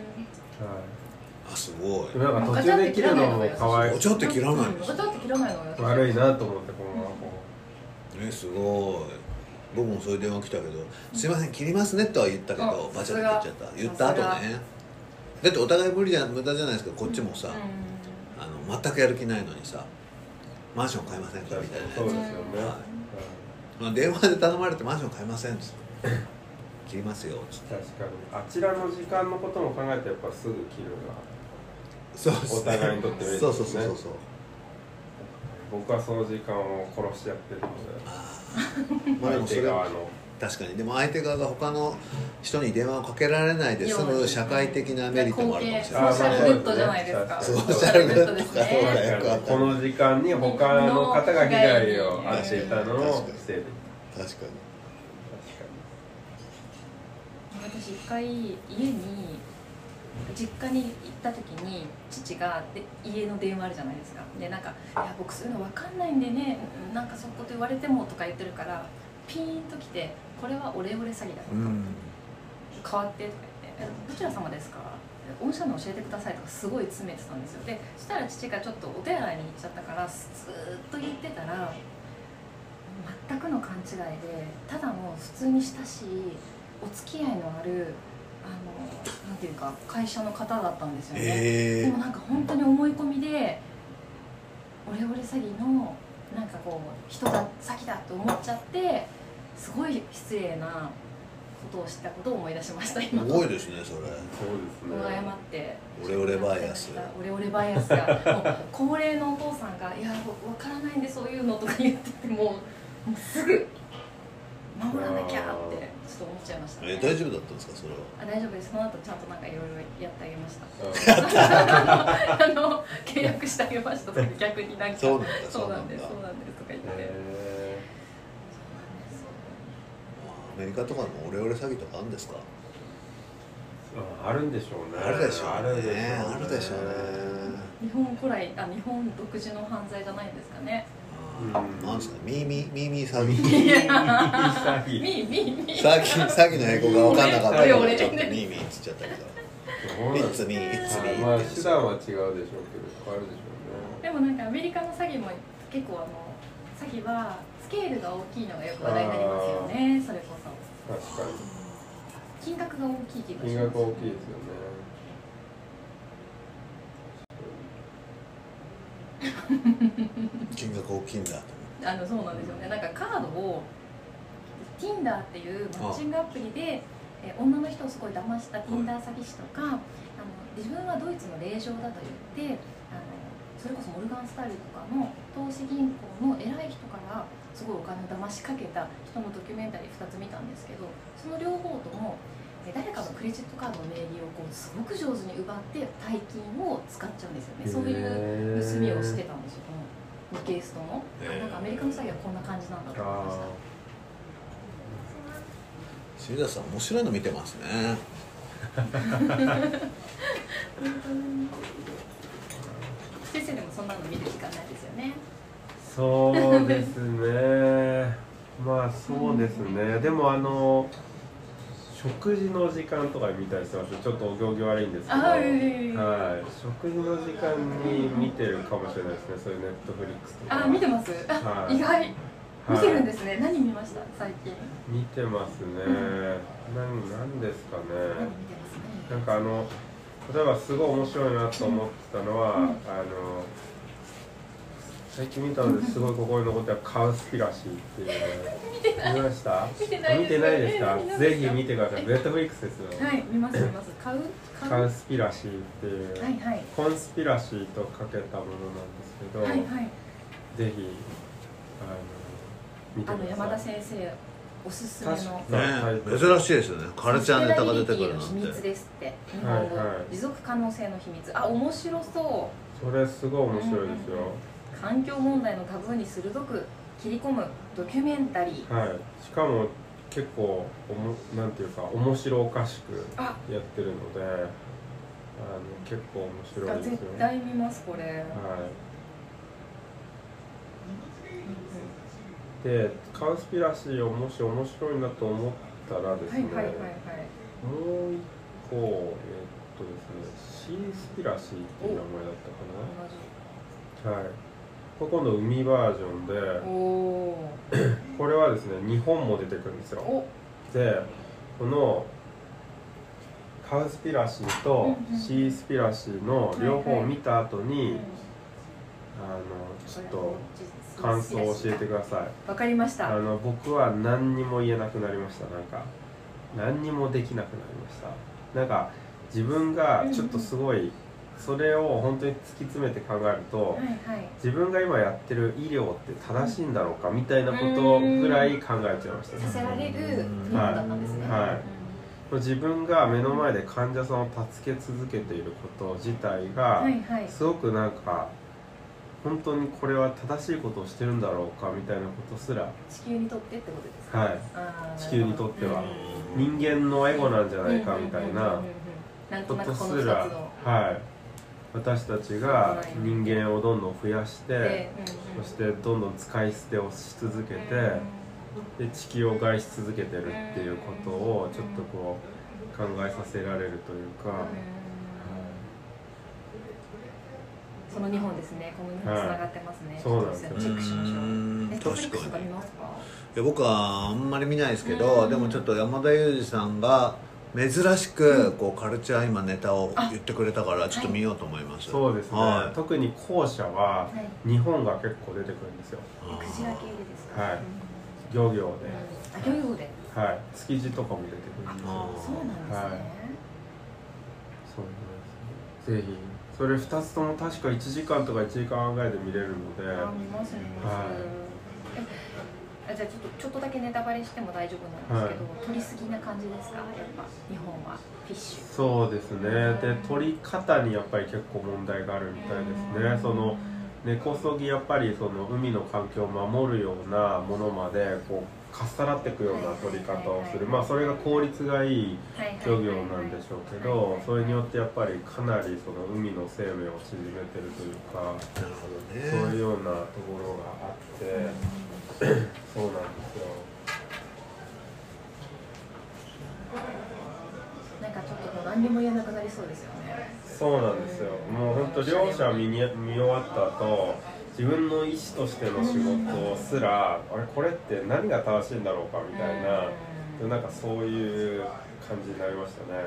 Speaker 2: すごい。
Speaker 1: 途中で切るのも可愛い。
Speaker 2: お茶って切らないの？
Speaker 1: 悪いなと思って
Speaker 2: すごい。僕もそういう電話来たけど「すいません切りますね」とは言ったけどバチャって切っちゃった。言った後ね。だってお互い無駄じゃないですか。こっちもさ全くやる気ないのにさ「マンション買いませんか?」みたいなやつ。
Speaker 1: そうですよね。
Speaker 2: 電話で頼まれて「マンション買いません」っつって「切りますよ」っつって。
Speaker 1: 確かにあちらの時間のことも考えてやっぱすぐ切るがお互いにとっていいですね。
Speaker 2: そう
Speaker 1: 僕はその時間を殺しちゃってるので
Speaker 2: 相手側の確かに。でも相手側が他の人に電話をかけられないで済む社会的なメリットもあるかもしれない。
Speaker 3: ソーシャルネットじゃないですか。
Speaker 2: ソーシャルネットですね。
Speaker 1: この時間に他の方が被害を遭っていたのを防いで。
Speaker 2: 確かに。
Speaker 3: 私一回実家に行った時に父が家の電話あるじゃないですか。でいや僕そういうの分かんないんでね、そんなこと言われてもとか言ってるからピーンときて「これはオレオレ詐欺だ」とか「変わって」とか言って「どちら様ですか？御社の教えてください」とかすごい詰めてたんですよ。でそしたら父がちょっとお手洗いに行っちゃったからずっと言ってたら全くの勘違いでただの普通に親しいお付き合いのあるなんていうか会社の方だったんですよね。でも本当に思い込みでオレオレ詐欺の人が詐欺だと思っちゃってすごい失礼なことをしたことを思い出しました今。
Speaker 2: すごいですねそれ。
Speaker 1: そうですね。
Speaker 3: 謝って
Speaker 2: オレオレバイアス。
Speaker 3: オレオレバイアスがもう高齢のお父さんが「いや分からないんでそういうの」とか言っててもうすぐ守らなきゃってちょっと思っちゃいましたね。
Speaker 2: 大丈夫だったんですかそれは？
Speaker 3: 大丈夫です。その後ちゃんといろいろやってあげました。契約してあげましたとか逆に
Speaker 2: そう
Speaker 3: なんですとか言って。
Speaker 2: アメリカとかのオレオレ詐欺とかあるんですか？
Speaker 1: あるんでしょうね。
Speaker 2: あるでしょうね。
Speaker 3: 日本独自の犯罪じゃないんですかね。
Speaker 2: なんですかミーミー詐欺。詐欺の英語が分かんなかったからちょっとミーミーっつっちゃったけど。It's me, it's me。
Speaker 1: まあ手段は違うでしょうけど、変わるでしょうね。
Speaker 3: でもアメリカの詐欺も結構サギはスケールが大きいのがよく話題になりますよね。それこそ
Speaker 1: 確かに
Speaker 3: 金額が大きい気がします。
Speaker 1: 金額大きいですよね。
Speaker 2: 金額大きいんだ。
Speaker 3: そうなんですよね。なんかカードを Tinder っていうマッチングアプリで女の人をすごい騙した Tinder 詐欺師とか、自分はドイツの令嬢だと言ってそれこそモルガンスタイルとかの投資銀行の偉い人からすごいお金を騙しかけた人のドキュメンタリー2つ見たんですけど、その両方とも誰かのクレジットカードの名義をすごく上手に奪って大金を使っちゃうんですよね。そういう盗みをしてたんですよ、この2ケースとも。なんかアメリカの詐欺はこんな感じなんだと思いました。
Speaker 2: 清田さん面白いの見てますね。
Speaker 3: 先生でもそんなの見る時間ないですよね。
Speaker 1: そうですね。まあそうですね。でも食事の時間とか見たりしてます。ちょっとお行儀悪いんですけど、はい、食事の時間に見てるかもしれないですね。そういうネットフリックスとか。
Speaker 3: 見てます。はい、意外。見てるんですね。何見ました最近？
Speaker 1: 見てますね。なんですかね。なんか例えばすごい面白いなと思ってたのは、最近見たのですごい心に残ったカウスピラシーっていう見ました？見てないですか？ぜひ見てください。ネットフリックスですよ。
Speaker 3: はい、見ます。
Speaker 1: カウスピラシーっていう、コンスピラシーとかけたものなんですけど、ぜひ見てください。
Speaker 3: 山田先生おすすめの、
Speaker 2: 珍しいですよね。カルチャーネタが出てくるなんて。
Speaker 3: 秘密ですって。日本語、持続可能性の秘密。面白そう。
Speaker 1: それすごい面白いですよ。
Speaker 3: 環境問題のタブーに鋭く切り込むドキュメンタリー。
Speaker 1: はい。しかも結構なんていうか面白おかしくやってるので、結構面白いですよ。
Speaker 3: 絶対見ますこれ。はい。
Speaker 1: でカウスピラシーをもし面白いなと思ったらですね、もう一個ですね、シースピラシーっていう名前だったかな。はい。これ今度海バージョンで、これはですね日本も出てくるんですよ。でこのカウスピラシーとシースピラシーの両方を見た後に、ちょっと感想を教えてください。
Speaker 3: わかりました。
Speaker 1: 僕は何にも言えなくなりました。なんか何にもできなくなりました。なんか自分がちょっとすごいそれを本当に突き詰めて考えると、自分が今やってる医療って正しいんだろうかみたいなことぐらい考えちゃいました。
Speaker 3: させられる日本だったんですね。
Speaker 1: 自分が目の前で患者さんを助け続けていること自体がすごくなんか本当にこれは正しいことをしてるんだろうかみたいなことすら、
Speaker 3: 地球にとってってことですか？
Speaker 1: はい、地球にとっては人間のエゴなんじゃないかみたいなことすら、はい、私たちが人間をどんどん増やして、そしてどんどん使い捨てをし続けて、で地球を害し続けてるっていうことをちょっとこう考えさせられるというか。
Speaker 3: この2本ですね。この2本つながってますね。
Speaker 1: そうなんですよ。
Speaker 3: チェックしましょう。ネットフリックスとか見ますか？
Speaker 2: いや僕はあんまり見ないですけど、でもちょっと山田裕二さんが珍しくこうカルチャー今ネタを言ってくれたからちょっと見ようと思います。
Speaker 1: そうですね。特に後者は日本が結構出てくるんですよ。
Speaker 3: クジラ系でですか？
Speaker 1: はい。漁業で。
Speaker 3: 漁業で。
Speaker 1: はい。築地とかも出てくるんですよ。
Speaker 3: そうなんですね。
Speaker 1: そうですね。ぜひ。それ2つとも確か1時間とか1時間半ぐらいで見れるので。
Speaker 3: 見ます見ます。じゃあちょっとだけネタバレしても大丈夫なんですけど、取りすぎな感じですか？やっぱ日本はフィッシュ。
Speaker 1: そうですね。で取り方にやっぱり結構問題があるみたいですね。その根こそぎやっぱりその海の環境を守るようなものまでこうかっさらっていくような取り方をする、まあそれが効率がいい漁業なんでしょうけど、それによってやっぱりかなりその海の生命を縮めてるというか、そういうようなところがあってそうなんですよ。
Speaker 3: なんかちょっともう何にも言えなくなりそうですよね。
Speaker 1: そうなんですよ。もう本当両者見終わった後、 自分の意思としての仕事すら、あれこれって何が正しいんだろうかみたいな、なんかそういう感じになりましたね。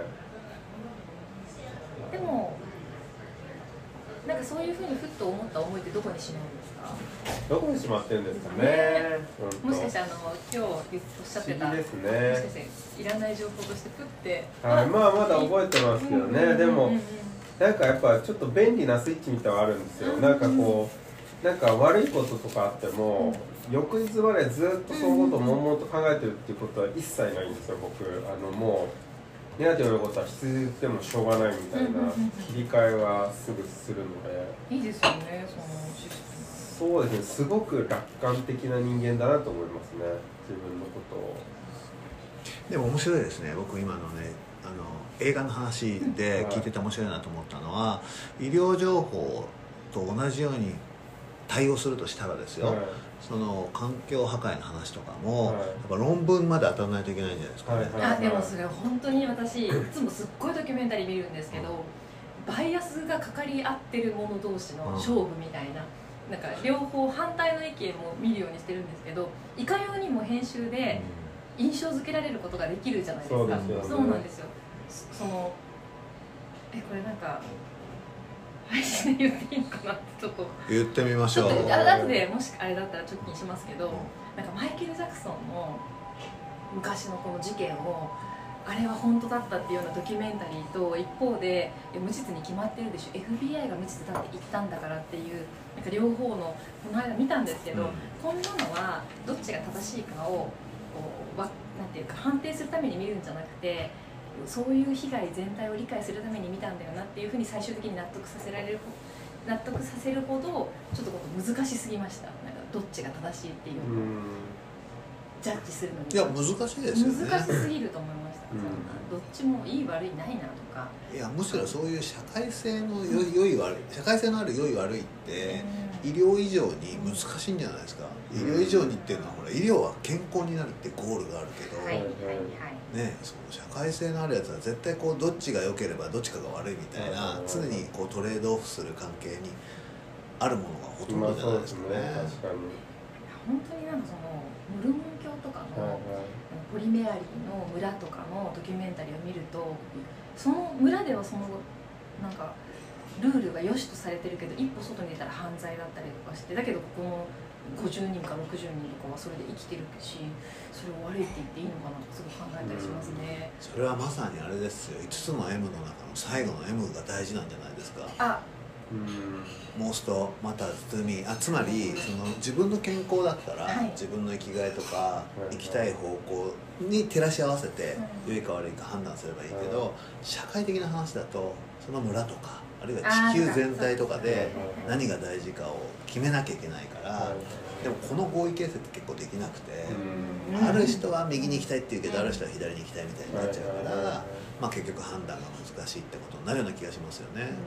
Speaker 3: でもなんかそういうふうにふっと思った思いってどこにしまうんですか？
Speaker 1: どこにしまってるんですかね。
Speaker 3: もしかして今日おっしゃってた、
Speaker 1: ですね、
Speaker 3: もしかしていらない情報としてふって、
Speaker 1: はい、まあまだ覚えてますけどね。でもなんかやっぱちょっと便利なスイッチみたいなのがあるんですよ。なんかこうなんか悪いこととかあっても、翌日までずっとそのことを悶々と考えてるっていうことは一切ないんですよ。僕もうネガティブなことは必須でもしょうがないみたいな切り替えはすぐするので。
Speaker 3: いいですよね、そのシステム。
Speaker 1: そうですね、すごく楽観的な人間だなと思いますね、自分のことを。
Speaker 2: でも面白いですね。僕今のね映画の話で聞いてて面白いなと思ったのは、医療情報と同じように対応するとしたらですよ、はい、その環境破壊の話とかも、はい、やっぱ論文まで当たらないといけないんじゃないですかね。
Speaker 3: あ、でもそれ本当に私いつもすっごいドキュメンタリー見るんですけど、バイアスがかかり合ってる者同士の勝負みたいな、なんか両方反対の意見も見るようにしてるんですけど、いかようにも編集で印象付けられることができるじゃないですか。そうなんですよ。そのこれなんか配信で言っていいのかなってちょっと
Speaker 2: 言ってみましょう。
Speaker 3: 後でもしあれだったら直近しますけど、なんかマイケル・ジャクソンの昔のこの事件をあれは本当だったっていうようなドキュメンタリーと、一方で無実に決まってるでしょ、 FBI が無実だって言ったんだからっていう、なんか両方のこの間見たんですけど、こんなのはどっちが正しいかをなんていうか判定するために見るんじゃなくて、そういう被害全体を理解するために見たんだよなっていうふうに最終的に納得させるほどちょっと難しすぎました。なんかどっちが正しいっていうのをジャッジするのに、
Speaker 2: いや難しいですよね。
Speaker 3: 難しすぎると思いました。どっちもいい悪いないなとか。
Speaker 2: いやむしろそういう社会性の良い悪い、社会性のある良い悪いって医療以上に難しいんじゃないですか。医療以上にっていうのはほら医療は健康になるってゴールがあるけど、ね、その社会性のあるやつは絶対こうどっちが良ければどっちかが悪いみたいな、常にこうトレードオフする関係にあるものがほとんどじゃないですかね。
Speaker 3: 本当になんかそのモルモン教とかのポリメアリーの村とかのドキュメンタリーを見ると、その村ではそのなんかルールが良しとされてるけど、一歩外に出たら犯罪だったりとかして、だけどここの50人か60人とかはそれで生きてるし、それを悪いって言っていいのかなとすごい考えたりしますね。
Speaker 2: それはまさにあれですよ、5つの M の中の最後の M が大事なんじゃないですか。モーストまたつまりその自分の健康だったら、自分の生きがいとか生きたい方向に照らし合わせて良いか悪いか判断すればいいけど、社会的な話だとその村とかあるいは地球全体とかで何が大事かを決めなきゃいけないから、でもこの合意形成って結構できなくて、ある人は右に行きたいって言うけどある人は左に行きたいみたいになっちゃうから、まあ結局判断が難しいってことになるような気がしますよね。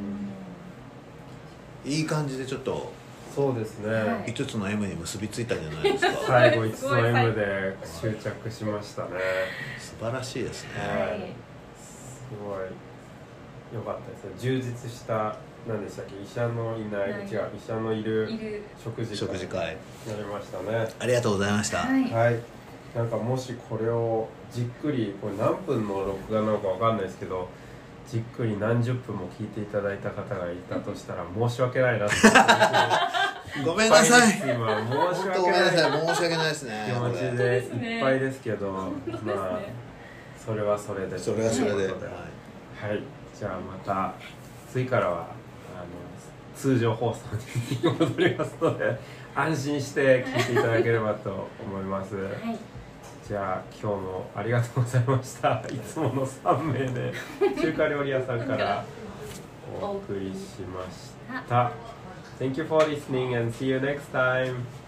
Speaker 2: いい感じでちょっと
Speaker 1: そうですね、
Speaker 2: 5つの M に結びついたんじゃないですか。
Speaker 1: 最後5つの M で執着しましたね。
Speaker 2: 素晴らしいですね。
Speaker 1: すごい良かったですね。充実した何でしたっけ、医者のいない、違う、医者のいる食事会になりましたね。
Speaker 2: ありがとうございました。
Speaker 1: はい、なんかもしこれをじっくり、これ何分の録画なのかわかんないですけど、じっくり何十分も聞いていただいた方がいたとしたら申し訳ないなって
Speaker 2: ごめんなさい。
Speaker 1: 今申し訳ない。
Speaker 2: 申し訳ないですね。
Speaker 1: 気持ちでいっぱいですけど、まあそれはそれで。
Speaker 2: それはそれで。はい。
Speaker 1: じゃあまた次からは通常放送に戻りますので、安心して聞いていただければと思います。じゃあ今日もありがとうございました。いつもの3名で中華料理屋さんからお送りしました。Thank you for listening and see you next time.